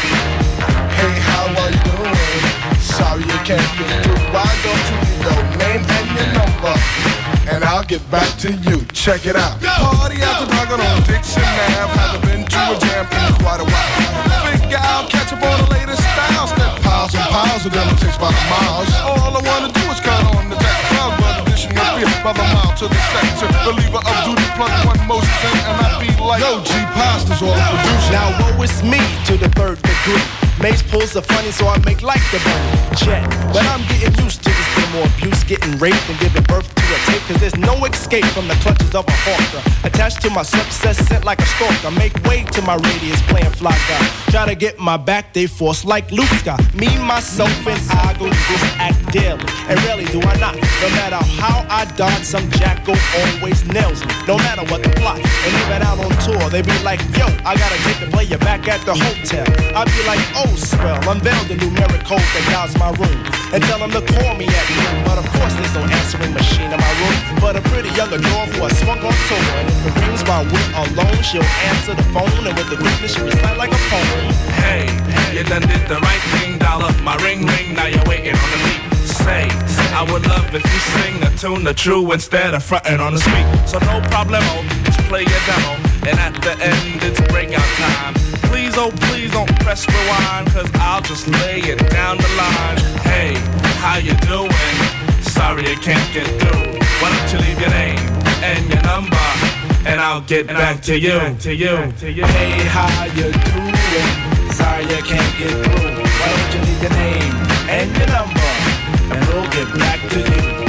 Hey, how are you doing? Sorry you can't get through. Why don't you leave your name and your number, and I'll get back to you. Check it out. Go, Party after dark on Dixon Ave. Haven't been to a jam in quite a while. Figure I'll catch up on the latest styles. That piles and piles of them, it takes by the miles. All I wanna do is cut on the deck. Crowd brother dishing your beer by the mile to the sector. Believer of duty, plug one Moses in, and I be like, yo, G Pasta's all the producer. Now woe is me to the third degree. Mace pulls are funny, so I make like the bunny. Check, but I'm getting used to this more abuse, getting raped and giving birth to a tape. Cause there's no escape from the clutches of a hawker. Attached to my success, sent like a stalker. Make way to my radius, playing fly guy. Try to get my back, they force like Luke Scott. Me, myself, and I go this act daily. And rarely do I not. No matter how I dodge, some jackal always nails me. No matter what the plot. And even out on tour, they be like, yo, I gotta get the player back at the hotel. I be like, oh, swell, unveil the numeric code that guides my room. And tell them to call me at noon. But of course there's no answering machine in my room, but a pretty young adore who I swung on tour. And if it rings while we're alone, she'll answer the phone, and with the quickness she recite like a poem. Hey, you done did the right thing, dial up my ring ring, now you're waiting on the beat. Say, I would love if you sing a tune the true instead of frontin' on the street. So no problemo, just play your demo, and at the end it's breakout time. Please, oh please don't press rewind, cause I'll just lay it down the line. Hey, how you doing? Sorry I can't get through. Why don't you leave your name and your number, and I'll get back to you, to you, to you. Hey, how you doing? Sorry I can't get through. Why don't you leave your name and your number, and we'll get back to you.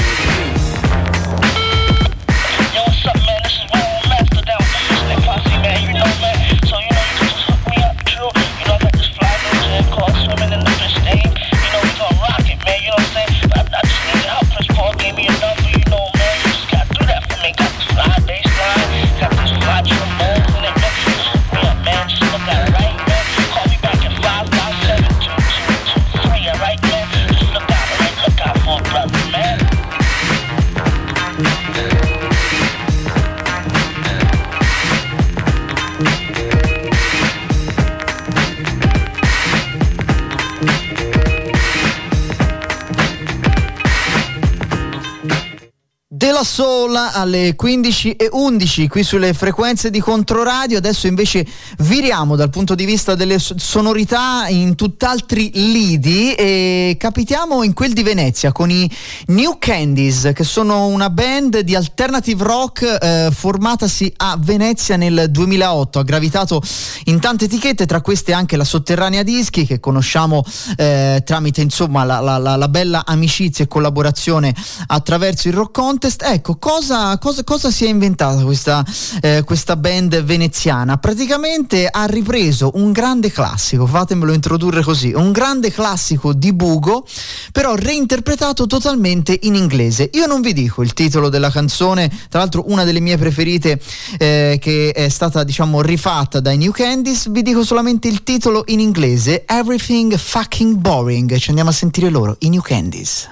Yo, what's up, man? This is Will Master down with the Mystic Posse, man. You know, man. So, you know, you just hook me up, true. You know, I got this fly new gym called Swimming in the Fish Stain. You know, we gonna rock it, man. You know what I'm saying? But I, I just need your help. Chris Paul gave me a number, you know, man. You just gotta do that for me. Got this fly baseline, got this fly trombones in it, man. Just hook me up, man. Just look at it, right, man? Call me back at five five seven two two two three, alright, man? Just look out, alright? Look out for a brother, man. Della Soul alle quindici e undici qui sulle frequenze di Controradio. Adesso invece viriamo dal punto di vista delle sonorità in tutt'altri lidi e capitiamo in quel di Venezia con i New Candies, che sono una band di alternative rock eh, formatasi a Venezia nel duemilaotto. Ha gravitato in tante etichette, tra queste anche la Sotterranea Dischi, che conosciamo eh, tramite insomma la, la, la, la bella amicizia e collaborazione attraverso il Rock Contest. questa, ecco, cosa, cosa, cosa si è inventata questa, eh, questa band veneziana? Praticamente ha ripreso un grande classico, fatemelo introdurre così, un grande classico di Bugo, però reinterpretato totalmente in inglese. Io non vi dico il titolo della canzone, tra l'altro una delle mie preferite, eh, che è stata, diciamo, rifatta dai New Candies, vi dico solamente il titolo in inglese, Everything Fucking Boring. Ci andiamo a sentire loro, i New Candies.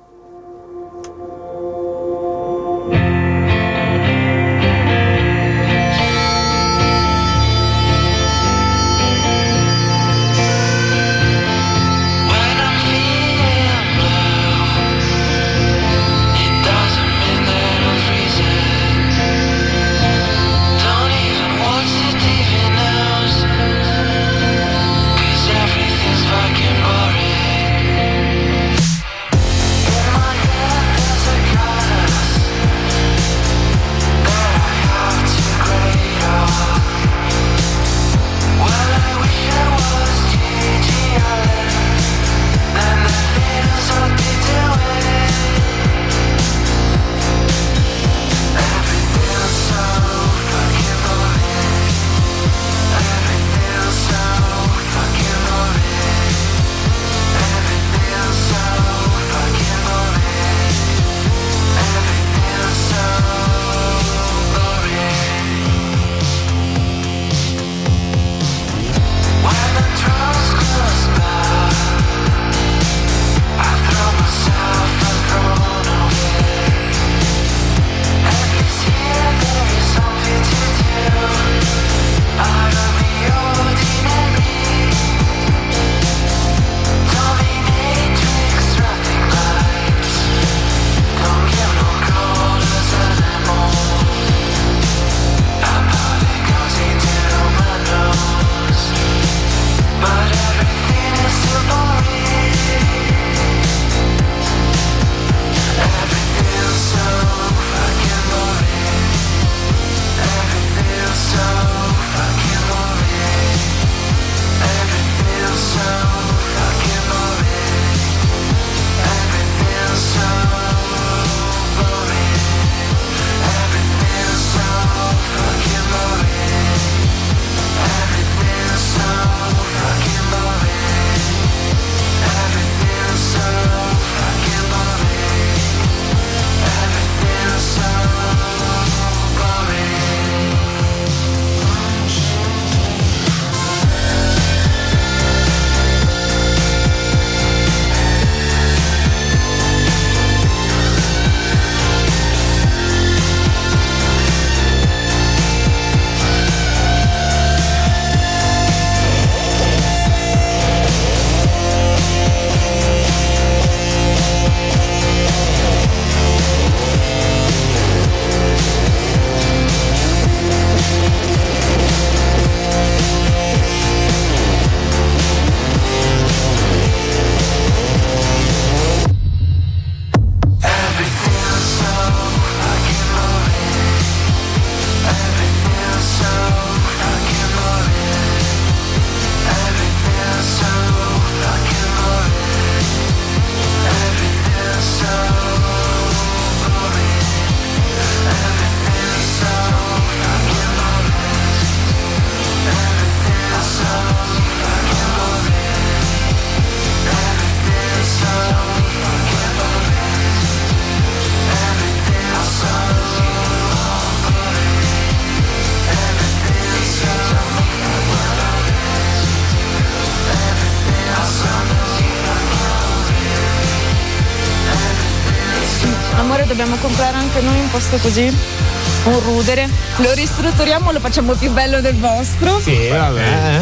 Dobbiamo comprare anche noi un posto così, un rudere, lo ristrutturiamo, lo facciamo più bello del vostro. Sì, vabbè.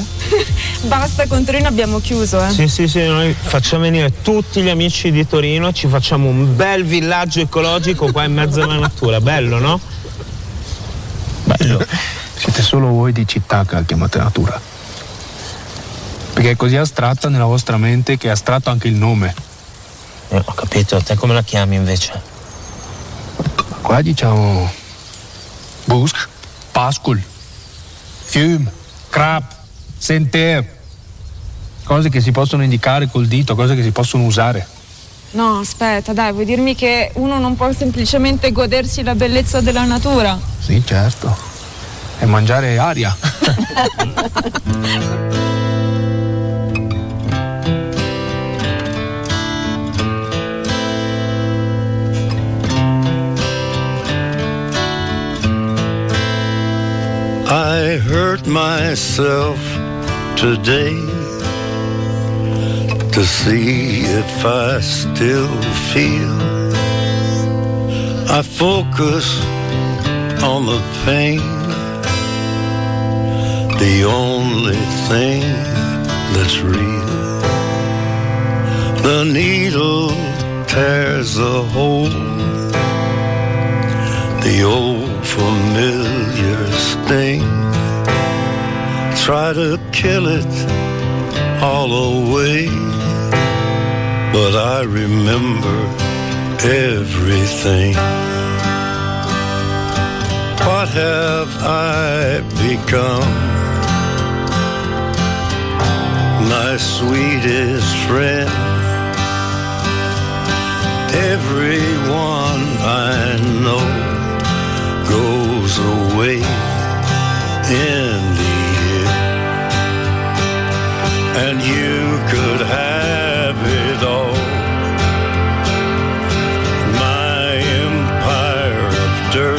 Basta, con Torino abbiamo chiuso, eh. Sì, sì, sì, noi facciamo venire tutti gli amici di Torino, ci facciamo un bel villaggio ecologico qua in mezzo alla natura, bello, no? Bello. Siete solo voi di città che la chiamate natura. Perché è così astratta nella vostra mente che è astratto anche il nome. Eh, ho capito, te come la chiami invece? Qua diciamo Busk, Pascul, Fiume, Crap, Senter, cose che si possono indicare col dito, cose che si possono usare. No, aspetta, dai, vuoi dirmi che uno non può semplicemente godersi la bellezza della natura? Sì, certo. E mangiare aria. I hurt myself today to see if I still feel. I focus on the pain, the only thing that's real. The needle tears a hole, the old familiar sting. Try to kill it all away, but I remember everything. What have I become? My sweetest friend. Everyone I know goes away in the end, and you could have it all. My empire of dirt,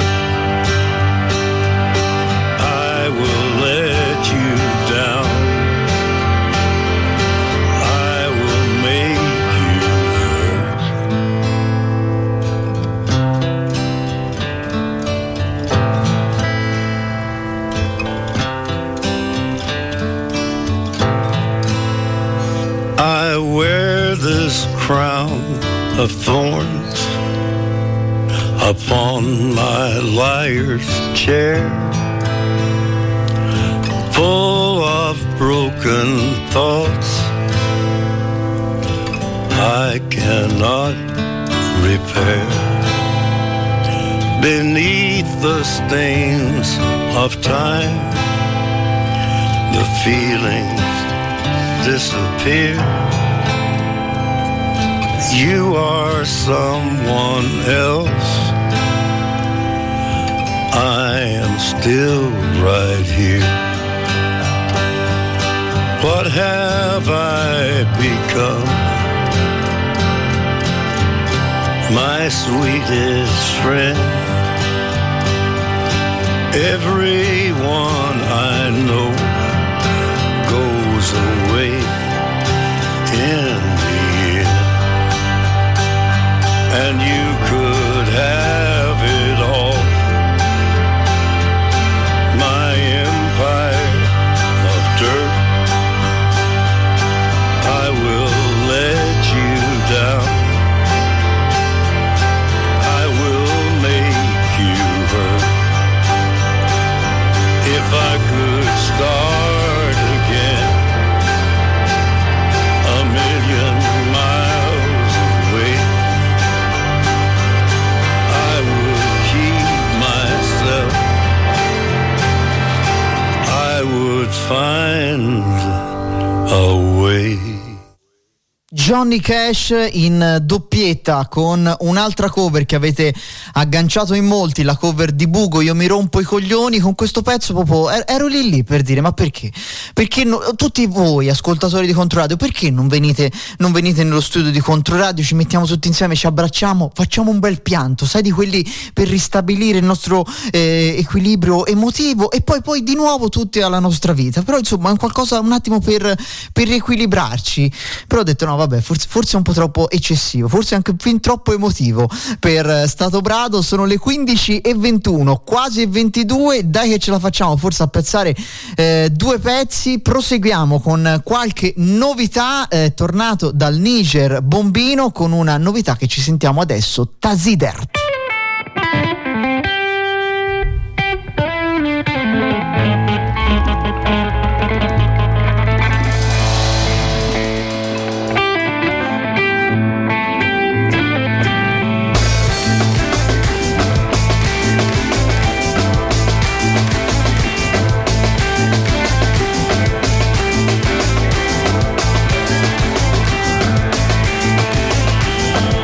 I will let you down. I will make you hurt. I wear this crown of thorns upon my liar's chair, full of broken thoughts I cannot repair. Beneath the stains of time, the feelings disappear. You are someone else, I am still right here. What have I become? My sweetest friend. Everyone I know goes away in the end, and you could have it all. My empire of dirt, I will let you down. I will make you hurt. If I could start again, a million miles away, I would keep myself, I would find a way. Johnny Cash in doppietta con un'altra cover che avete agganciato in molti, la cover di Bugo, Io mi rompo i coglioni. Con questo pezzo proprio er- ero lì lì per dire: ma perché? Perché no, tutti voi ascoltatori di Controradio, perché non venite, non venite nello studio di Controradio, ci mettiamo tutti insieme, ci abbracciamo, facciamo un bel pianto, sai, di quelli per ristabilire il nostro eh, equilibrio emotivo, e poi poi di nuovo tutti alla nostra vita. Però insomma è qualcosa un attimo per, per riequilibrarci. Però ho detto no, vabbè, forse, forse è un po' troppo eccessivo, forse anche fin troppo emotivo per Stato Brado. Sono le quindici e ventuno, quasi e ventidue, dai che ce la facciamo forse a pezzare eh, due pezzi. Proseguiamo con qualche novità, eh, tornato dal Niger Bombino con una novità che ci sentiamo adesso, Tasidert. I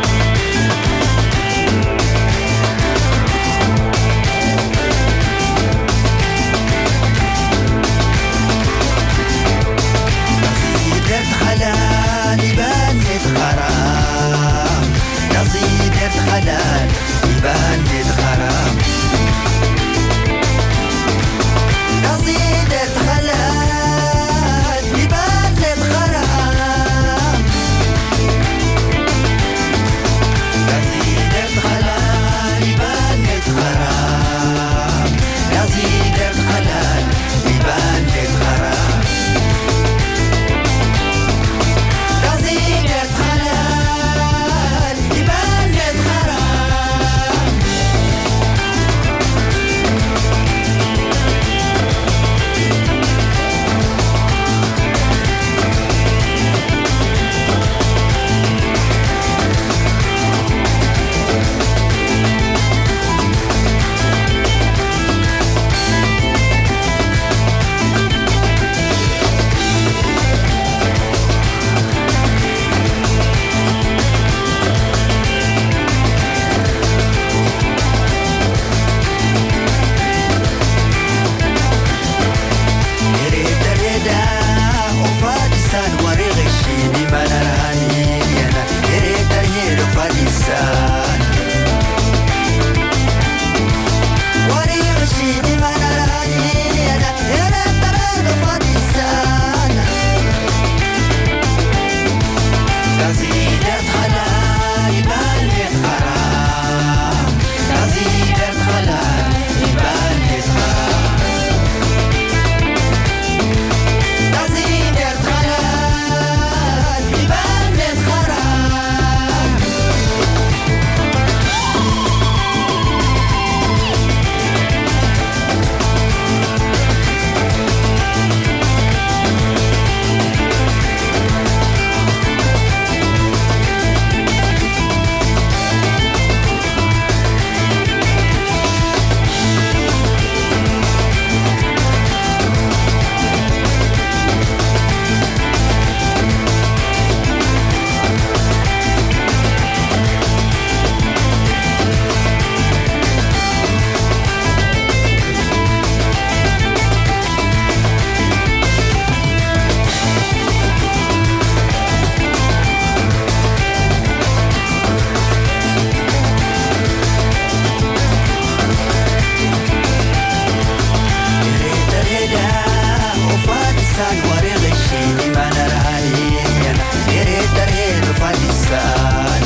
funny sun.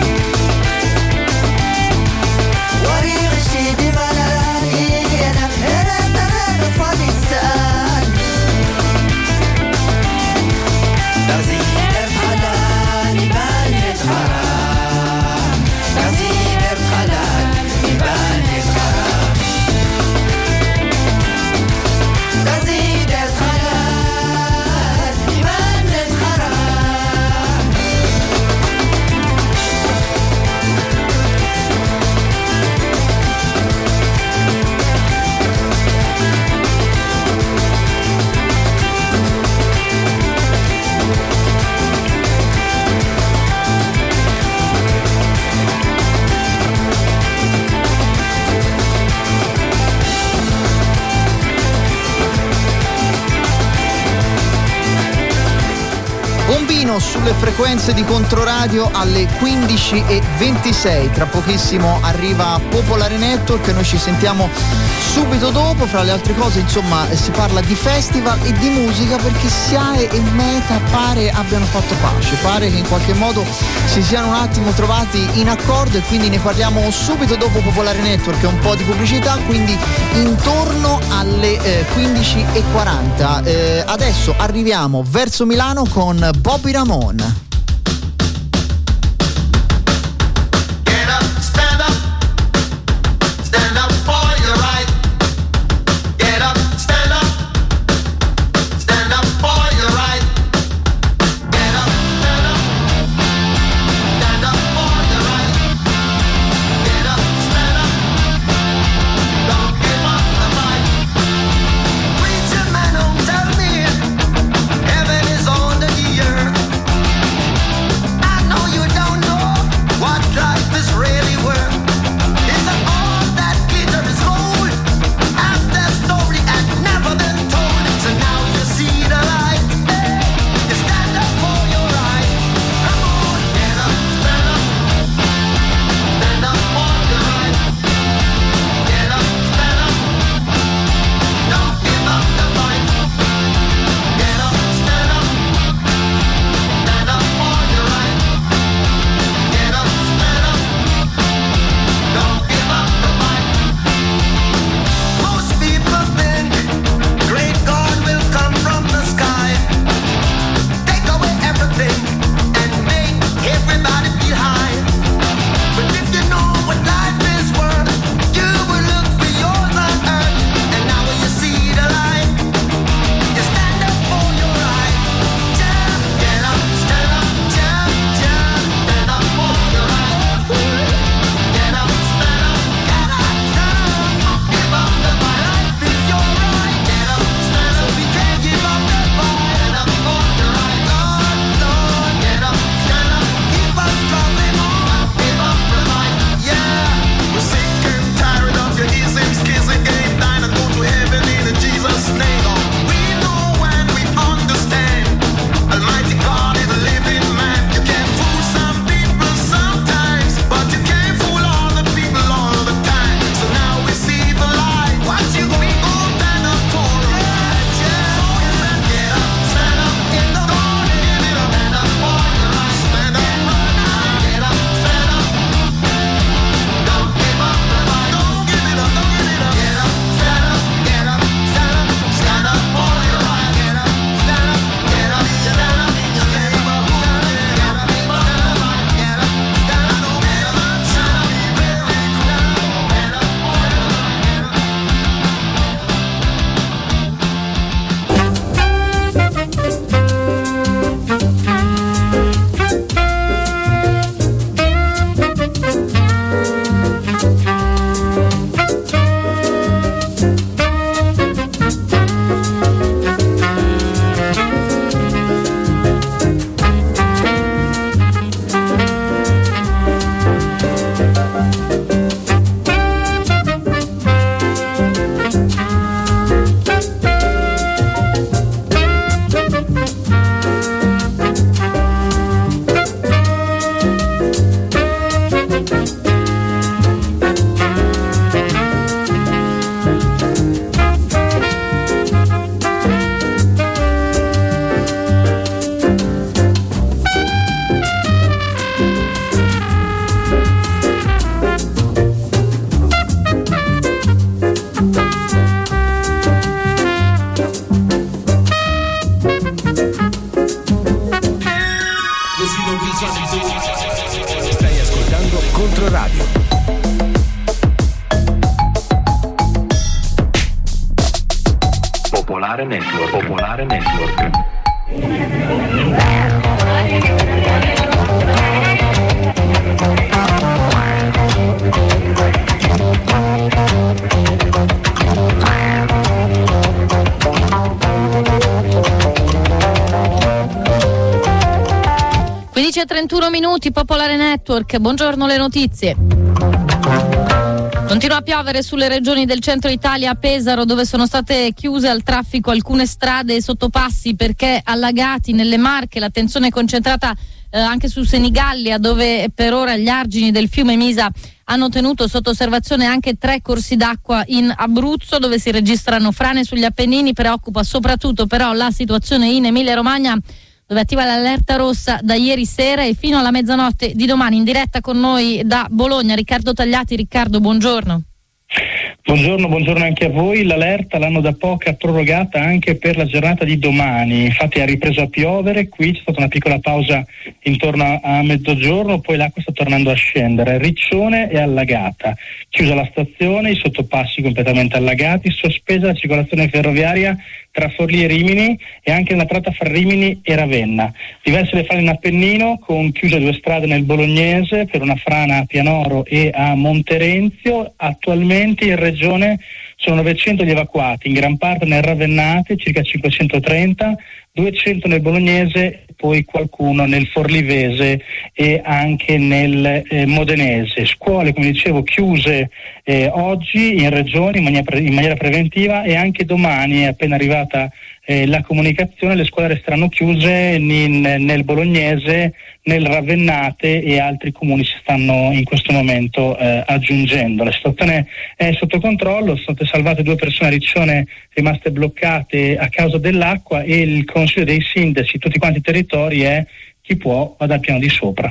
وري غشيدي بلالي أنا أنا أنا funny sun. تغزيل بحلال يبان حرام. تغزيل بحلال يبان حرام. تغزيل بحلال يبان حرام. Bombino sulle frequenze di Controradio alle quindici e ventisei. Tra pochissimo arriva Popolare Network, noi ci sentiamo subito dopo. Fra le altre cose, insomma, si parla di festival e di musica perché S I A E e Meta pare abbiano fatto pace, pare che in qualche modo si siano un attimo trovati in accordo, e quindi ne parliamo subito dopo Popolare Network e un po' di pubblicità, quindi intorno alle eh, quindici e quaranta. Eh, adesso arriviamo verso Milano con Bobby Ramone. Preacher man, don't tell me heaven is under the earth. Stai ascoltando Controradio. Popolare Network. Popolare Network. quindici e trentuno minuti, Popolare Network, buongiorno, le notizie. Continua a piovere sulle regioni del centro Italia, a Pesaro, dove sono state chiuse al traffico alcune strade e sottopassi perché allagati. Nelle Marche l'attenzione è concentrata eh, anche su Senigallia, dove per ora gli argini del fiume Misa hanno tenuto sotto osservazione anche tre corsi d'acqua in Abruzzo, dove si registrano frane sugli Appennini. Preoccupa soprattutto però la situazione in Emilia-Romagna, dove è attiva l'allerta rossa da ieri sera e fino alla mezzanotte di domani. In diretta con noi da Bologna Riccardo Tagliati. Riccardo, buongiorno. Buongiorno, buongiorno anche a voi. L'allerta l'hanno da poco prorogata anche per la giornata di domani, infatti ha ripreso a piovere, qui c'è stata una piccola pausa intorno a mezzogiorno, poi l'acqua sta tornando a scendere. Riccione è allagata, chiusa la stazione, i sottopassi completamente allagati, sospesa la circolazione ferroviaria tra Forlì e Rimini e anche nella tratta fra Rimini e Ravenna. Diverse le frane in Appennino, con chiuse due strade nel Bolognese per una frana a Pianoro e a Monterenzio. Attualmente in regione sono novecento gli evacuati, in gran parte nel Ravennate, circa cinquecentotrenta, duecento nel Bolognese, poi qualcuno nel Forlivese e anche nel eh, Modenese. Scuole, come dicevo, chiuse eh, oggi in regione in maniera, pre- in maniera preventiva, e anche domani è appena arrivata eh, la comunicazione, le scuole resteranno chiuse in, nel Bolognese, nel Ravennate, e altri comuni si stanno in questo momento eh, aggiungendo. La situazione è sotto controllo, sono state salvate due persone a Riccione rimaste bloccate a causa dell'acqua, e il consiglio dei sindaci, tutti quanti i territori, è chi può vada al piano di sopra.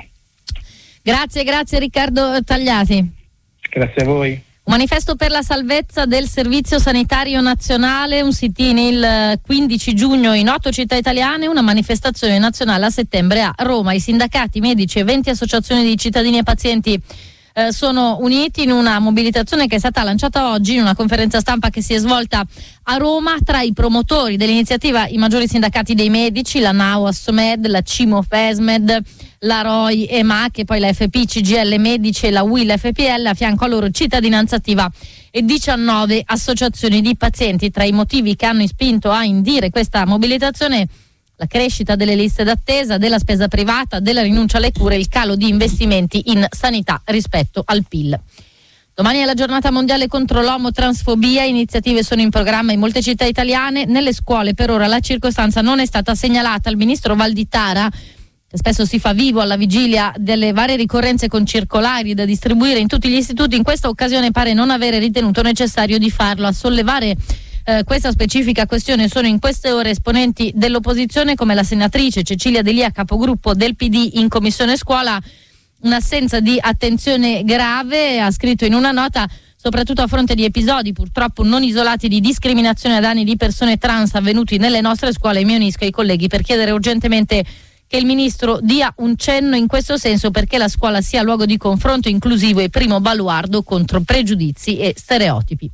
Grazie, grazie Riccardo Tagliati. Grazie a voi. Un manifesto per la salvezza del Servizio Sanitario Nazionale, un sit-in il quindici giugno in otto città italiane, una manifestazione nazionale a settembre a Roma. I sindacati, medici e venti associazioni di cittadini e pazienti eh, sono uniti in una mobilitazione che è stata lanciata oggi in una conferenza stampa che si è svolta a Roma. Tra i promotori dell'iniziativa i maggiori sindacati dei medici, la N A U Assomed, la CIMO Fesmed, la R O I, EMA, e poi la F P C G L Medici e la U I L F P L, a fianco a loro Cittadinanza Attiva e diciannove associazioni di pazienti. Tra i motivi che hanno spinto a indire questa mobilitazione: la crescita delle liste d'attesa, della spesa privata, della rinuncia alle cure e il calo di investimenti in sanità rispetto al P I L. Domani è la giornata mondiale contro l'omotransfobia, iniziative sono in programma in molte città italiane. Nelle scuole per ora la circostanza non è stata segnalata. Il ministro Valditara, che spesso si fa vivo alla vigilia delle varie ricorrenze con circolari da distribuire in tutti gli istituti, in questa occasione pare non avere ritenuto necessario di farlo. A sollevare eh, questa specifica questione sono in queste ore esponenti dell'opposizione come la senatrice Cecilia Delia, capogruppo del P D in Commissione Scuola. Un'assenza di attenzione grave, ha scritto in una nota, soprattutto a fronte di episodi purtroppo non isolati di discriminazione a danni di persone trans avvenuti nelle nostre scuole. Mi unisco ai colleghi per chiedere urgentemente che il ministro dia un cenno in questo senso, perché la scuola sia luogo di confronto inclusivo e primo baluardo contro pregiudizi e stereotipi.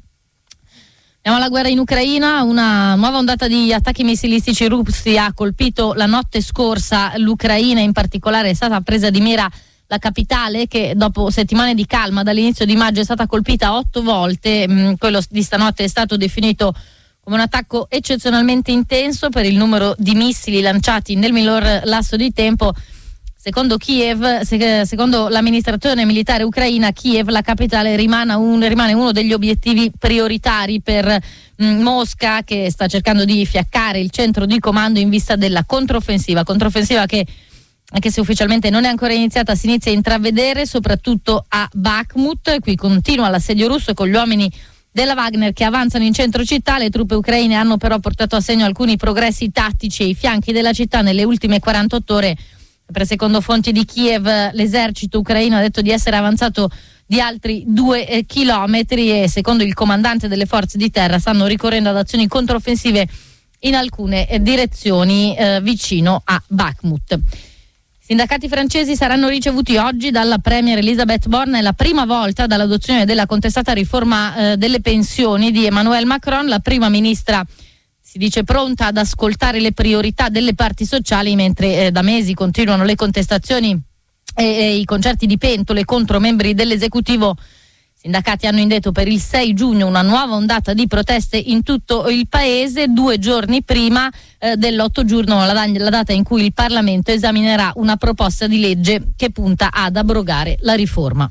Andiamo alla guerra in Ucraina. Una nuova ondata di attacchi missilistici russi ha colpito la notte scorsa l'Ucraina, in particolare è stata presa di mira la capitale, che dopo settimane di calma dall'inizio di maggio è stata colpita otto volte. Mm, quello di stanotte è stato definito come un attacco eccezionalmente intenso per il numero di missili lanciati nel minor lasso di tempo. Secondo Kiev, se, secondo l'amministrazione militare ucraina, Kiev, la capitale, rimane, un, rimane uno degli obiettivi prioritari per mh, Mosca, che sta cercando di fiaccare il centro di comando in vista della controffensiva. Controffensiva che, anche se ufficialmente non è ancora iniziata, si inizia a intravedere soprattutto a Bakhmut. Qui continua l'assedio russo con gli uomini della Wagner che avanzano in centro città. Le truppe ucraine hanno però portato a segno alcuni progressi tattici ai fianchi della città nelle ultime quarantotto ore. Per secondo fonti di Kiev, l'esercito ucraino ha detto di essere avanzato di altri due eh, chilometri e secondo il comandante delle forze di terra stanno ricorrendo ad azioni controffensive in alcune eh, direzioni eh, vicino a Bakhmut. Sindacati francesi saranno ricevuti oggi dalla premier Elisabeth Borne. È la prima volta dall'adozione della contestata riforma eh, delle pensioni di Emmanuel Macron. La prima ministra si dice pronta ad ascoltare le priorità delle parti sociali, mentre eh, da mesi continuano le contestazioni e, e i concerti di pentole contro membri dell'esecutivo. I sindacati hanno indetto per il sei giugno una nuova ondata di proteste in tutto il paese, due giorni prima eh, dell'otto giugno, la, la data in cui il Parlamento esaminerà una proposta di legge che punta ad abrogare la riforma.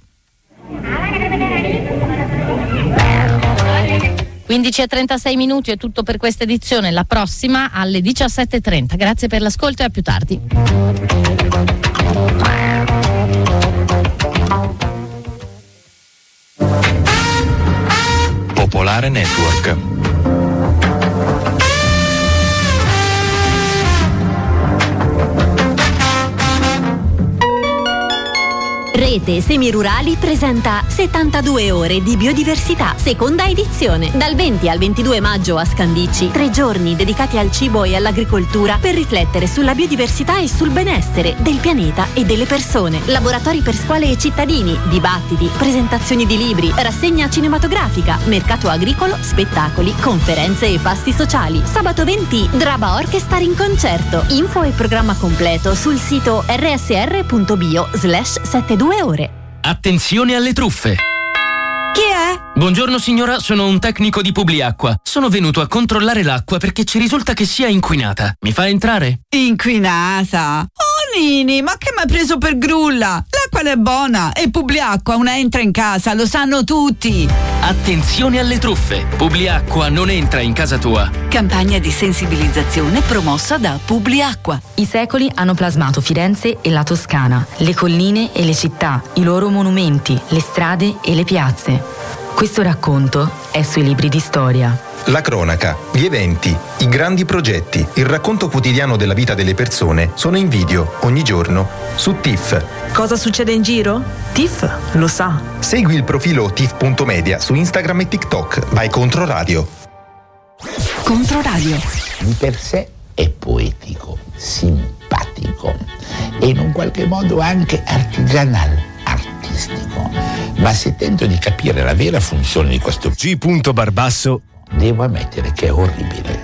quindici e trentasei minuti è tutto per questa edizione, la prossima alle diciassette e trenta. Grazie per l'ascolto e a più tardi. Popolare Network. Rete Semirurali presenta settantadue ore di biodiversità, seconda edizione. Dal venti al ventidue maggio a Scandicci, tre giorni dedicati al cibo e all'agricoltura per riflettere sulla biodiversità e sul benessere del pianeta e delle persone. Laboratori per scuole e cittadini, dibattiti, presentazioni di libri, rassegna cinematografica, mercato agricolo, spettacoli, conferenze e pasti sociali. Sabato venti, Draba Orchestra in concerto. Info e programma completo sul sito rsr.bio slash settantadue ore. Attenzione alle truffe! Chi è? Buongiorno signora, sono un tecnico di Publiacqua. Sono venuto a controllare l'acqua perché ci risulta che sia inquinata. Mi fa entrare? Inquinata? Oh Nini, ma che mi hai preso per grulla? L'acqua è buona e Publiacqua una entra in casa, lo sanno tutti. Attenzione alle truffe! Publiacqua non entra in casa tua. Campagna di sensibilizzazione promossa da Publiacqua. I secoli hanno plasmato Firenze e la Toscana, le colline e le città, i loro monumenti, le strade e le piazze. Questo racconto è sui libri di storia. La cronaca, gli eventi, i grandi progetti, il racconto quotidiano della vita delle persone sono in video ogni giorno su T I F. Cosa succede in giro? T I F lo sa. Segui il profilo tif punto media su Instagram e TikTok. Vai Controradio. Controradio. Di per sé è poetico, simpatico e in un qualche modo anche artigianale, artistico. Ma se tento di capire la vera funzione di questo G. Barbasso, devo ammettere che è orribile.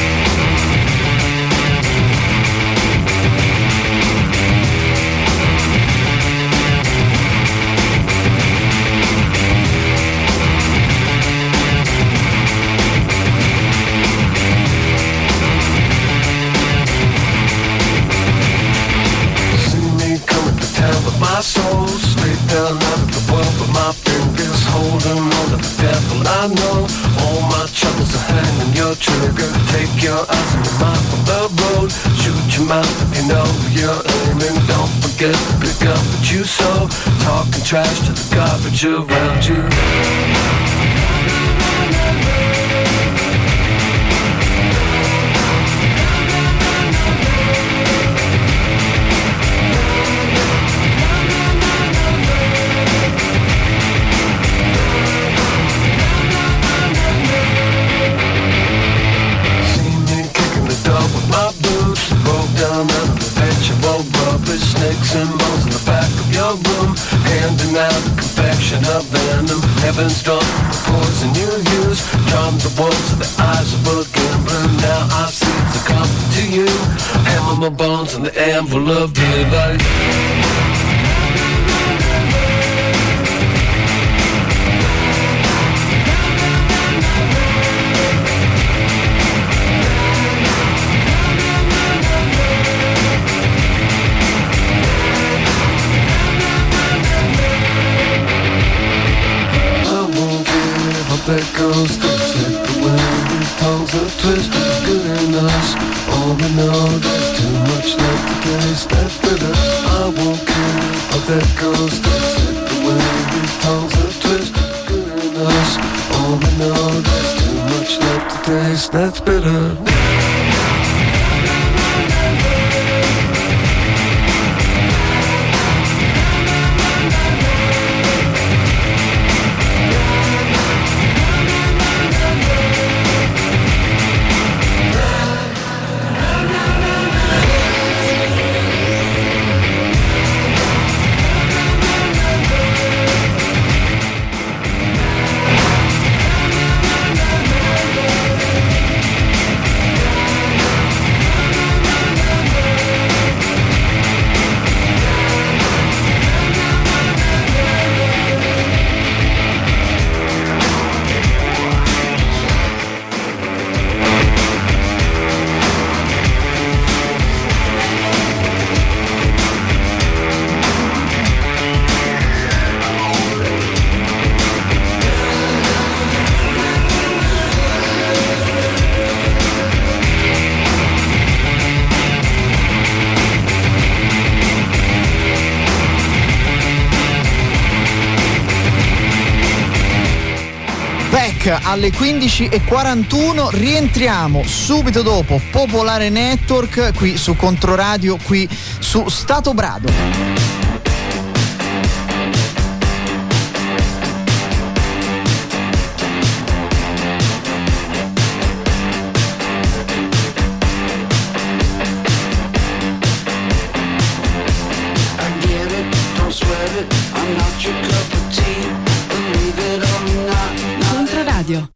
My soul straight down out of the world, but my fingers holding on to the devil. I know all my troubles are hanging your trigger. Take your eyes and your mind from the road. Shoot your mouth if you know you're aiming. Don't forget to pick up what you sow. Talking trash to the garbage around you. Snakes and bones in the back of your room, handing out a confection of venom. Heaven's drunk the poison you use, charm the wolves with the eyes of a gambler. Now I see it's a comfort to you. Hammer my bones in the anvil of daylight. That goes to take the wind. These tongues are twisted, good in us. All we know, there's too much left to taste. That's bitter, I won't care. But that goes to take the wind. These tongues are twisted, good in us. All we know, there's too much left to taste. That's bitter. break alle quindici e quarantuno, rientriamo subito dopo Popolare Network qui su Controradio, qui su Stato Brado. Controradio.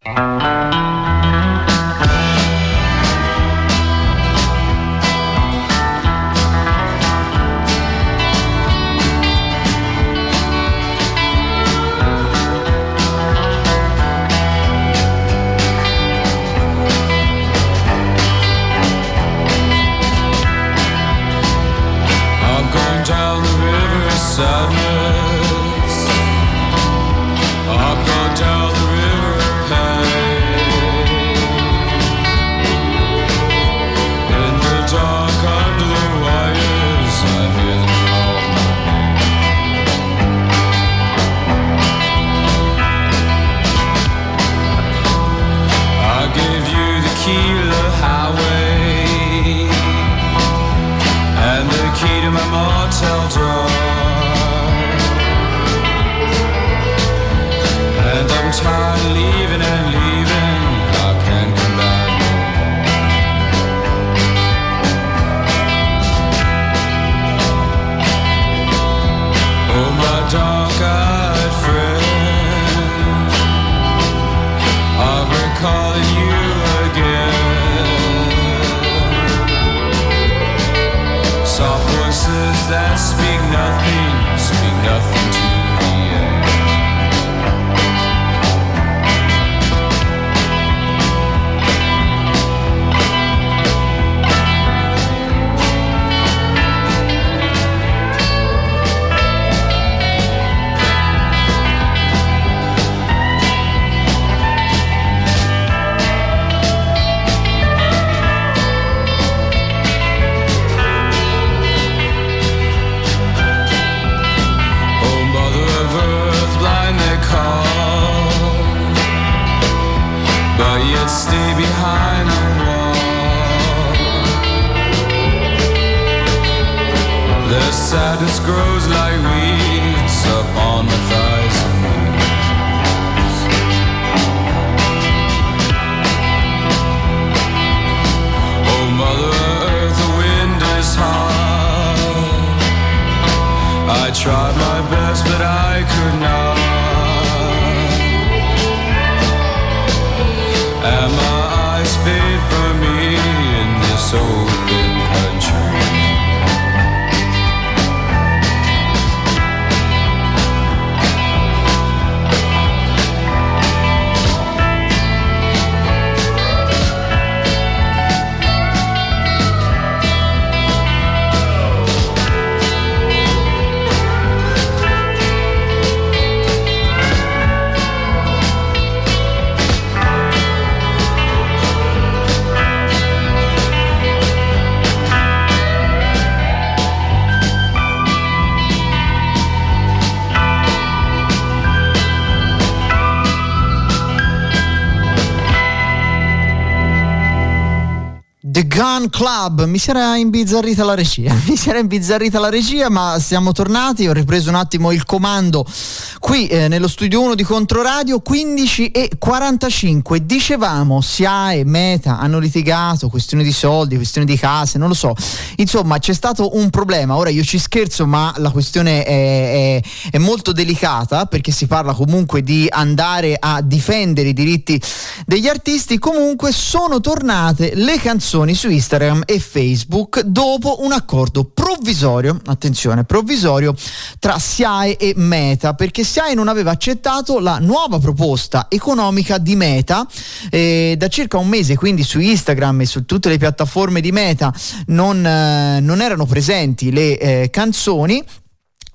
Gun Club, mi si era imbizzarrita la regia, mi si era imbizzarrita la regia, ma siamo tornati, ho ripreso un attimo il comando qui eh, nello studio uno di Controradio. Quindici e quarantacinque, dicevamo S I A E, Meta hanno litigato, questione di soldi, questione di case, non lo so, insomma c'è stato un problema. Ora io ci scherzo, ma la questione è, è, è molto delicata, perché si parla comunque di andare a difendere i diritti degli artisti. Comunque sono tornate le canzoni su Instagram e Facebook dopo un accordo provvisorio, attenzione, provvisorio, tra S I A E e Meta, perché S I A E non aveva accettato la nuova proposta economica di Meta. Eh, da circa un mese quindi su Instagram e su tutte le piattaforme di Meta non, eh, non erano presenti le eh, canzoni.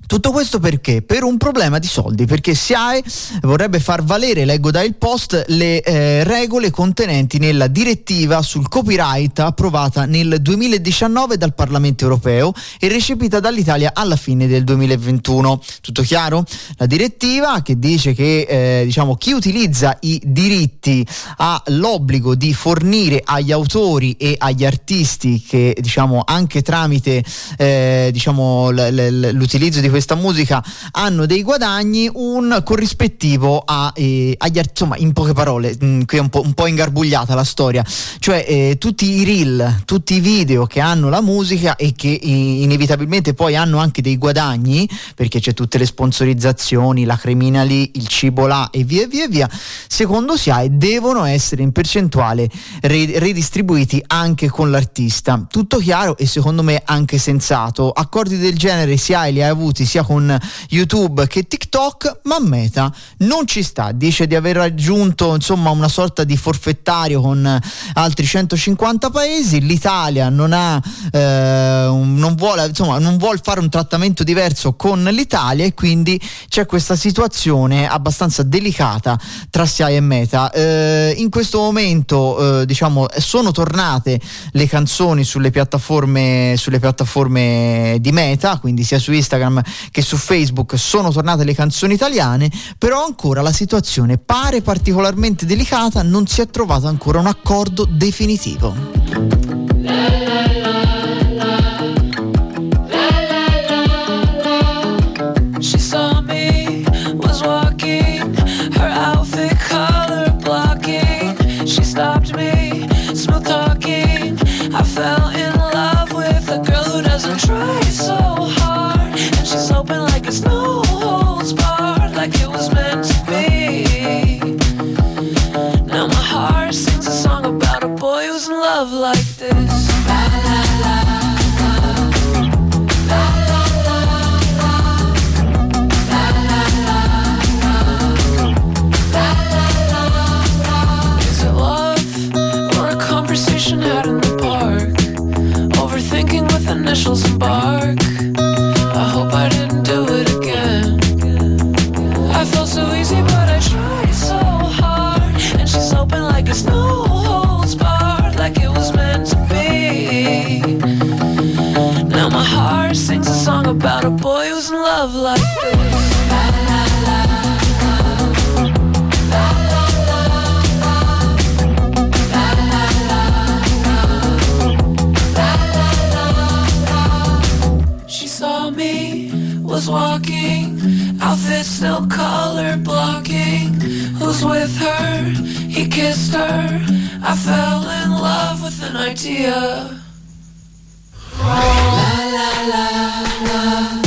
Tutto questo perché? Per un problema di soldi, perché S I A E vorrebbe far valere, leggo da Il Post, le eh, regole contenenti nella direttiva sul copyright approvata nel duemiladiciannove dal Parlamento europeo e recepita dall'Italia alla fine del duemilaventuno. Tutto chiaro? La direttiva che dice che eh, diciamo chi utilizza i diritti ha l'obbligo di fornire agli autori e agli artisti che diciamo anche tramite eh, diciamo l- l- l'utilizzo di questa musica hanno dei guadagni un corrispettivo a, eh, agli art- insomma in poche parole mh, qui è un po', un po' ingarbugliata la storia, cioè eh, tutti i reel, tutti i video che hanno la musica e che eh, inevitabilmente poi hanno anche dei guadagni perché c'è tutte le sponsorizzazioni, la cremina lì, il cibo là e via via via, secondo S I A E devono essere in percentuale re- redistribuiti anche con l'artista. Tutto chiaro e secondo me anche sensato. Accordi del genere S I A E li ha avuti sia con YouTube che TikTok, ma Meta non ci sta, dice di aver raggiunto insomma una sorta di forfettario con altri centocinquanta paesi. L'Italia non ha eh, un, non vuole insomma non vuole fare un trattamento diverso con l'Italia e quindi c'è questa situazione abbastanza delicata tra S I A E e Meta. Eh, in questo momento eh, diciamo sono tornate le canzoni sulle piattaforme sulle piattaforme di Meta, quindi sia su Instagram che su Facebook sono tornate le canzoni italiane, però ancora la situazione pare particolarmente delicata, non si è trovato ancora un accordo definitivo. She saw me, was walking, her outfit color blocking. She stopped me, smooth talking. I fell in love with a girl who doesn't try so hard, and she's open like it's no holds barred, like it was meant to be. Now my heart sings a song about a boy who's in love like this. La la la. Conversation had in the park, overthinking with initials and bark. I hope I didn't do it again. I felt so easy but I tried so hard, and she's open like it's no holds barred, like it was meant to be. Now my heart sings a song about a boy who's in love like this. La la la. Was walking, outfit still color blocking. Who's with her? He kissed her. I fell in love with an idea. La la la la.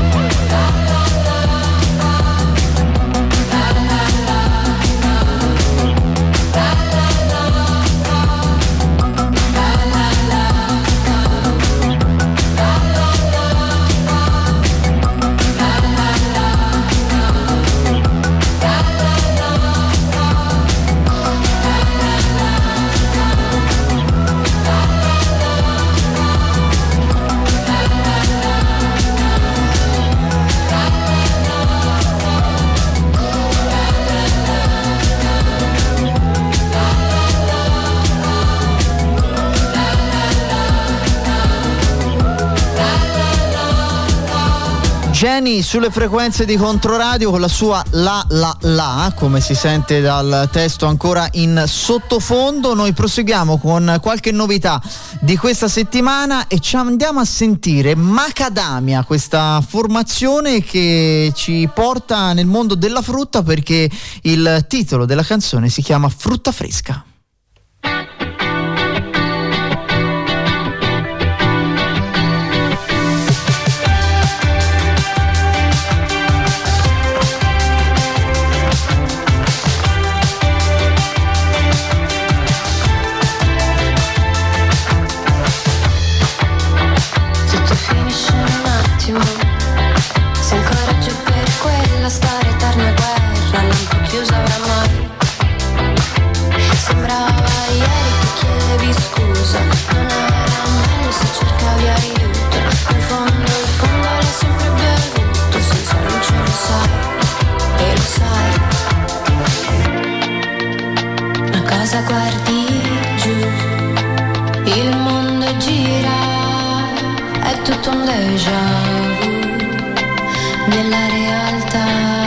Jenny sulle frequenze di Controradio con la sua La La La, come si sente dal testo ancora in sottofondo. Noi proseguiamo con qualche novità di questa settimana e ci andiamo a sentire Macadamia, questa formazione che ci porta nel mondo della frutta perché il titolo della canzone si chiama Frutta Fresca. Se ancora c'è per quella storia eterna guerra, lampo chiusa oramai. Sembra déjà vu nella realtà.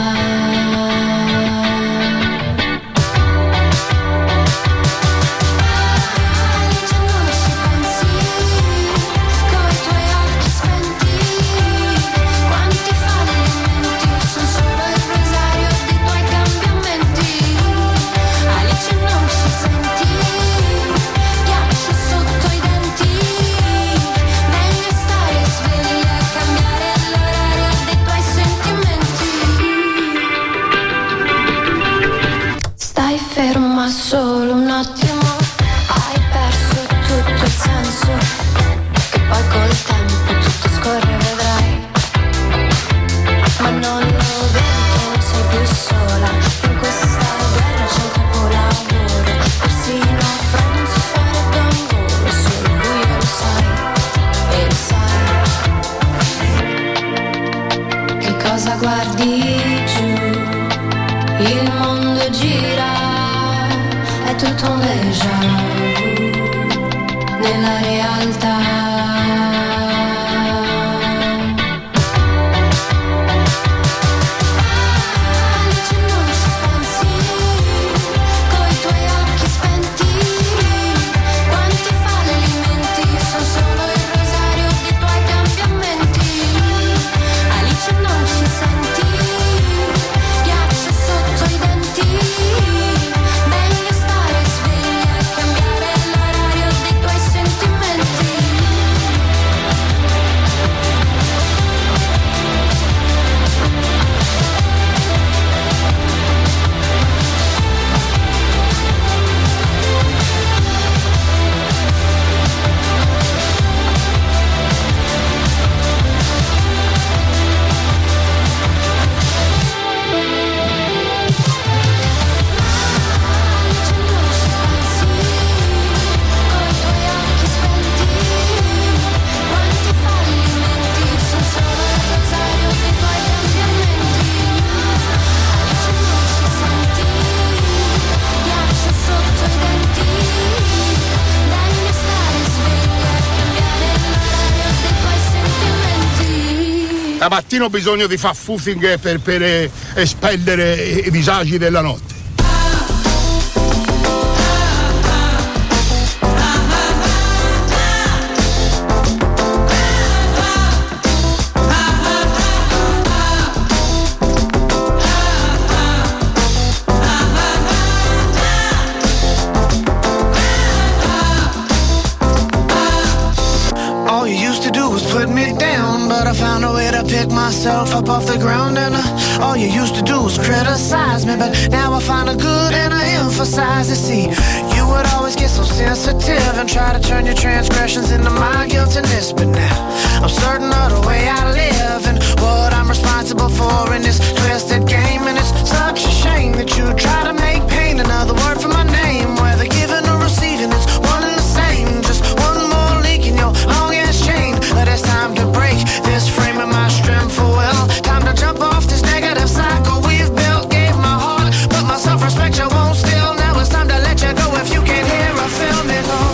Ferma solo un attimo, hai perso tutto il senso, che poi col tempo tutto scorre, vedrai. Ma non lo vedi che non sei più sola, in questa guerra c'è un capolavoro, persino fra non si farebbe un volo, solo il buio lo sai, e lo sai. Che cosa guardi giù, il mondo gira, è tutto un déjà vu nella realtà. La mattina ho bisogno di far foofing per, per espellere i disagi della notte. Myself up off the ground, and uh, all you used to do was criticize me, but now I find a good and I emphasize it. See, you would always get so sensitive and try to turn your transgressions into my guiltiness, but now I'm certain of the way I live and what I'm responsible for in this twisted game, and it's such a shame that you try to make pain another word for my name, whether giving or receiving, it's one and the same. Just one more link in your long ass chain, but it's time to break this frame of my strength for well. Time to jump off this negative cycle we've built. Gave my heart, but my self-respect you won't steal. Now it's time to let you go if you can't hear or feel me. No.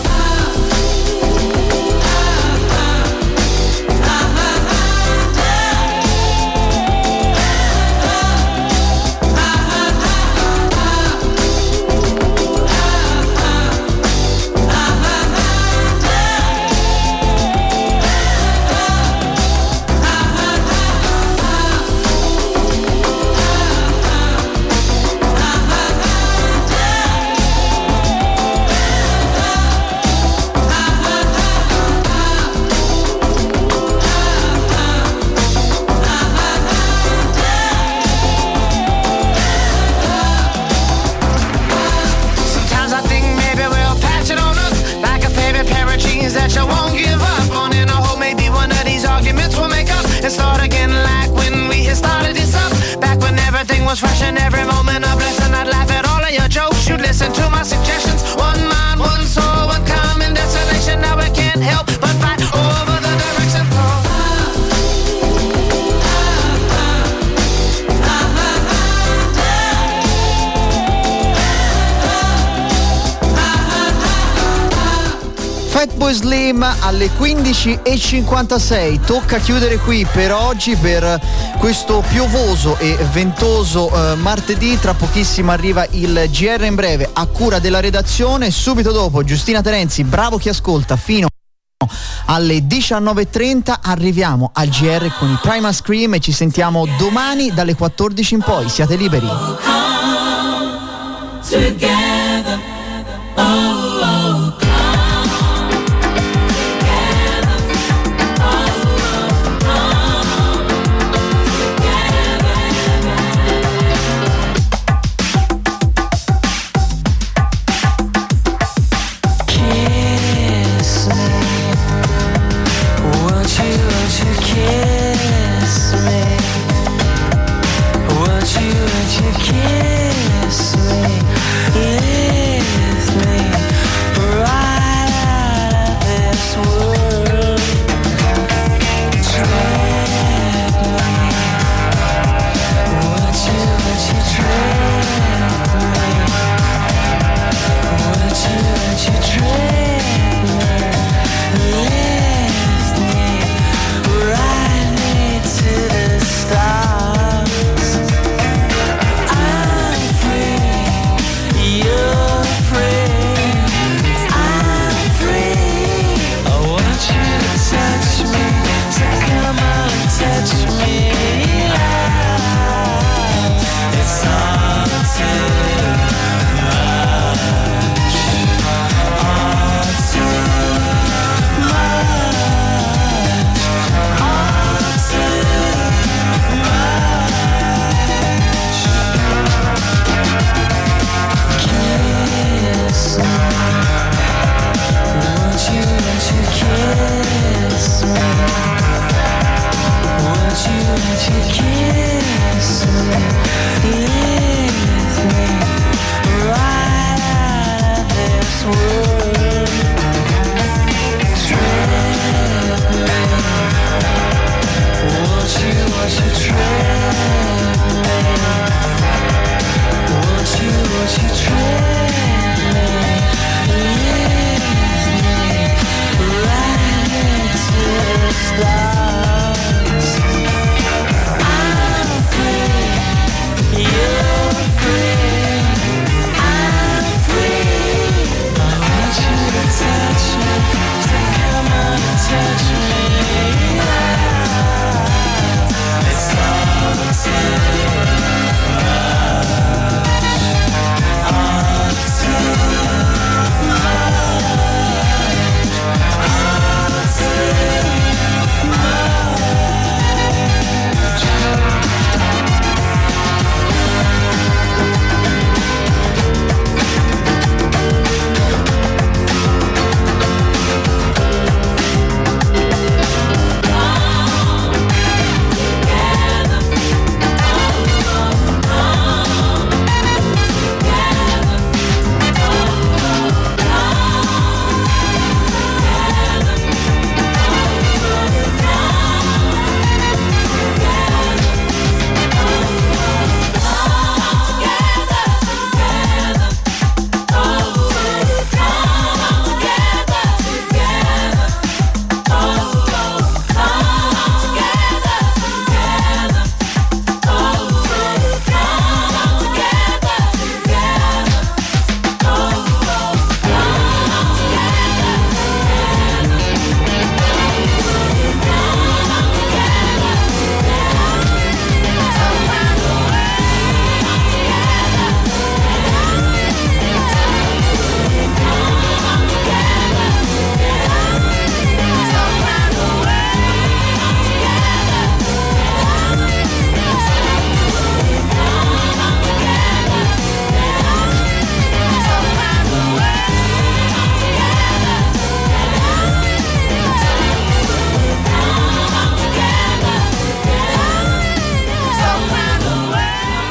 That you won't give up on, and I hope maybe one of these arguments will make up and start again like when we had started this up. Back when everything was fresh and every moment a blessing. I'd laugh at all of your jokes, you'd listen to my suggestions. One mind, one soul, one common desolation. Now I can't help but fight over the direction. Fatboy Slim alle quindici e cinquantasei. Tocca chiudere qui per oggi, per questo piovoso e ventoso eh, martedì. Tra pochissimo arriva il G R in breve a cura della redazione. Subito dopo Giustina Terenzi, bravo chi ascolta, fino alle diciannove e trenta arriviamo al G R con i Primal Scream e ci sentiamo domani dalle quattordici in poi. Siate liberi. Together.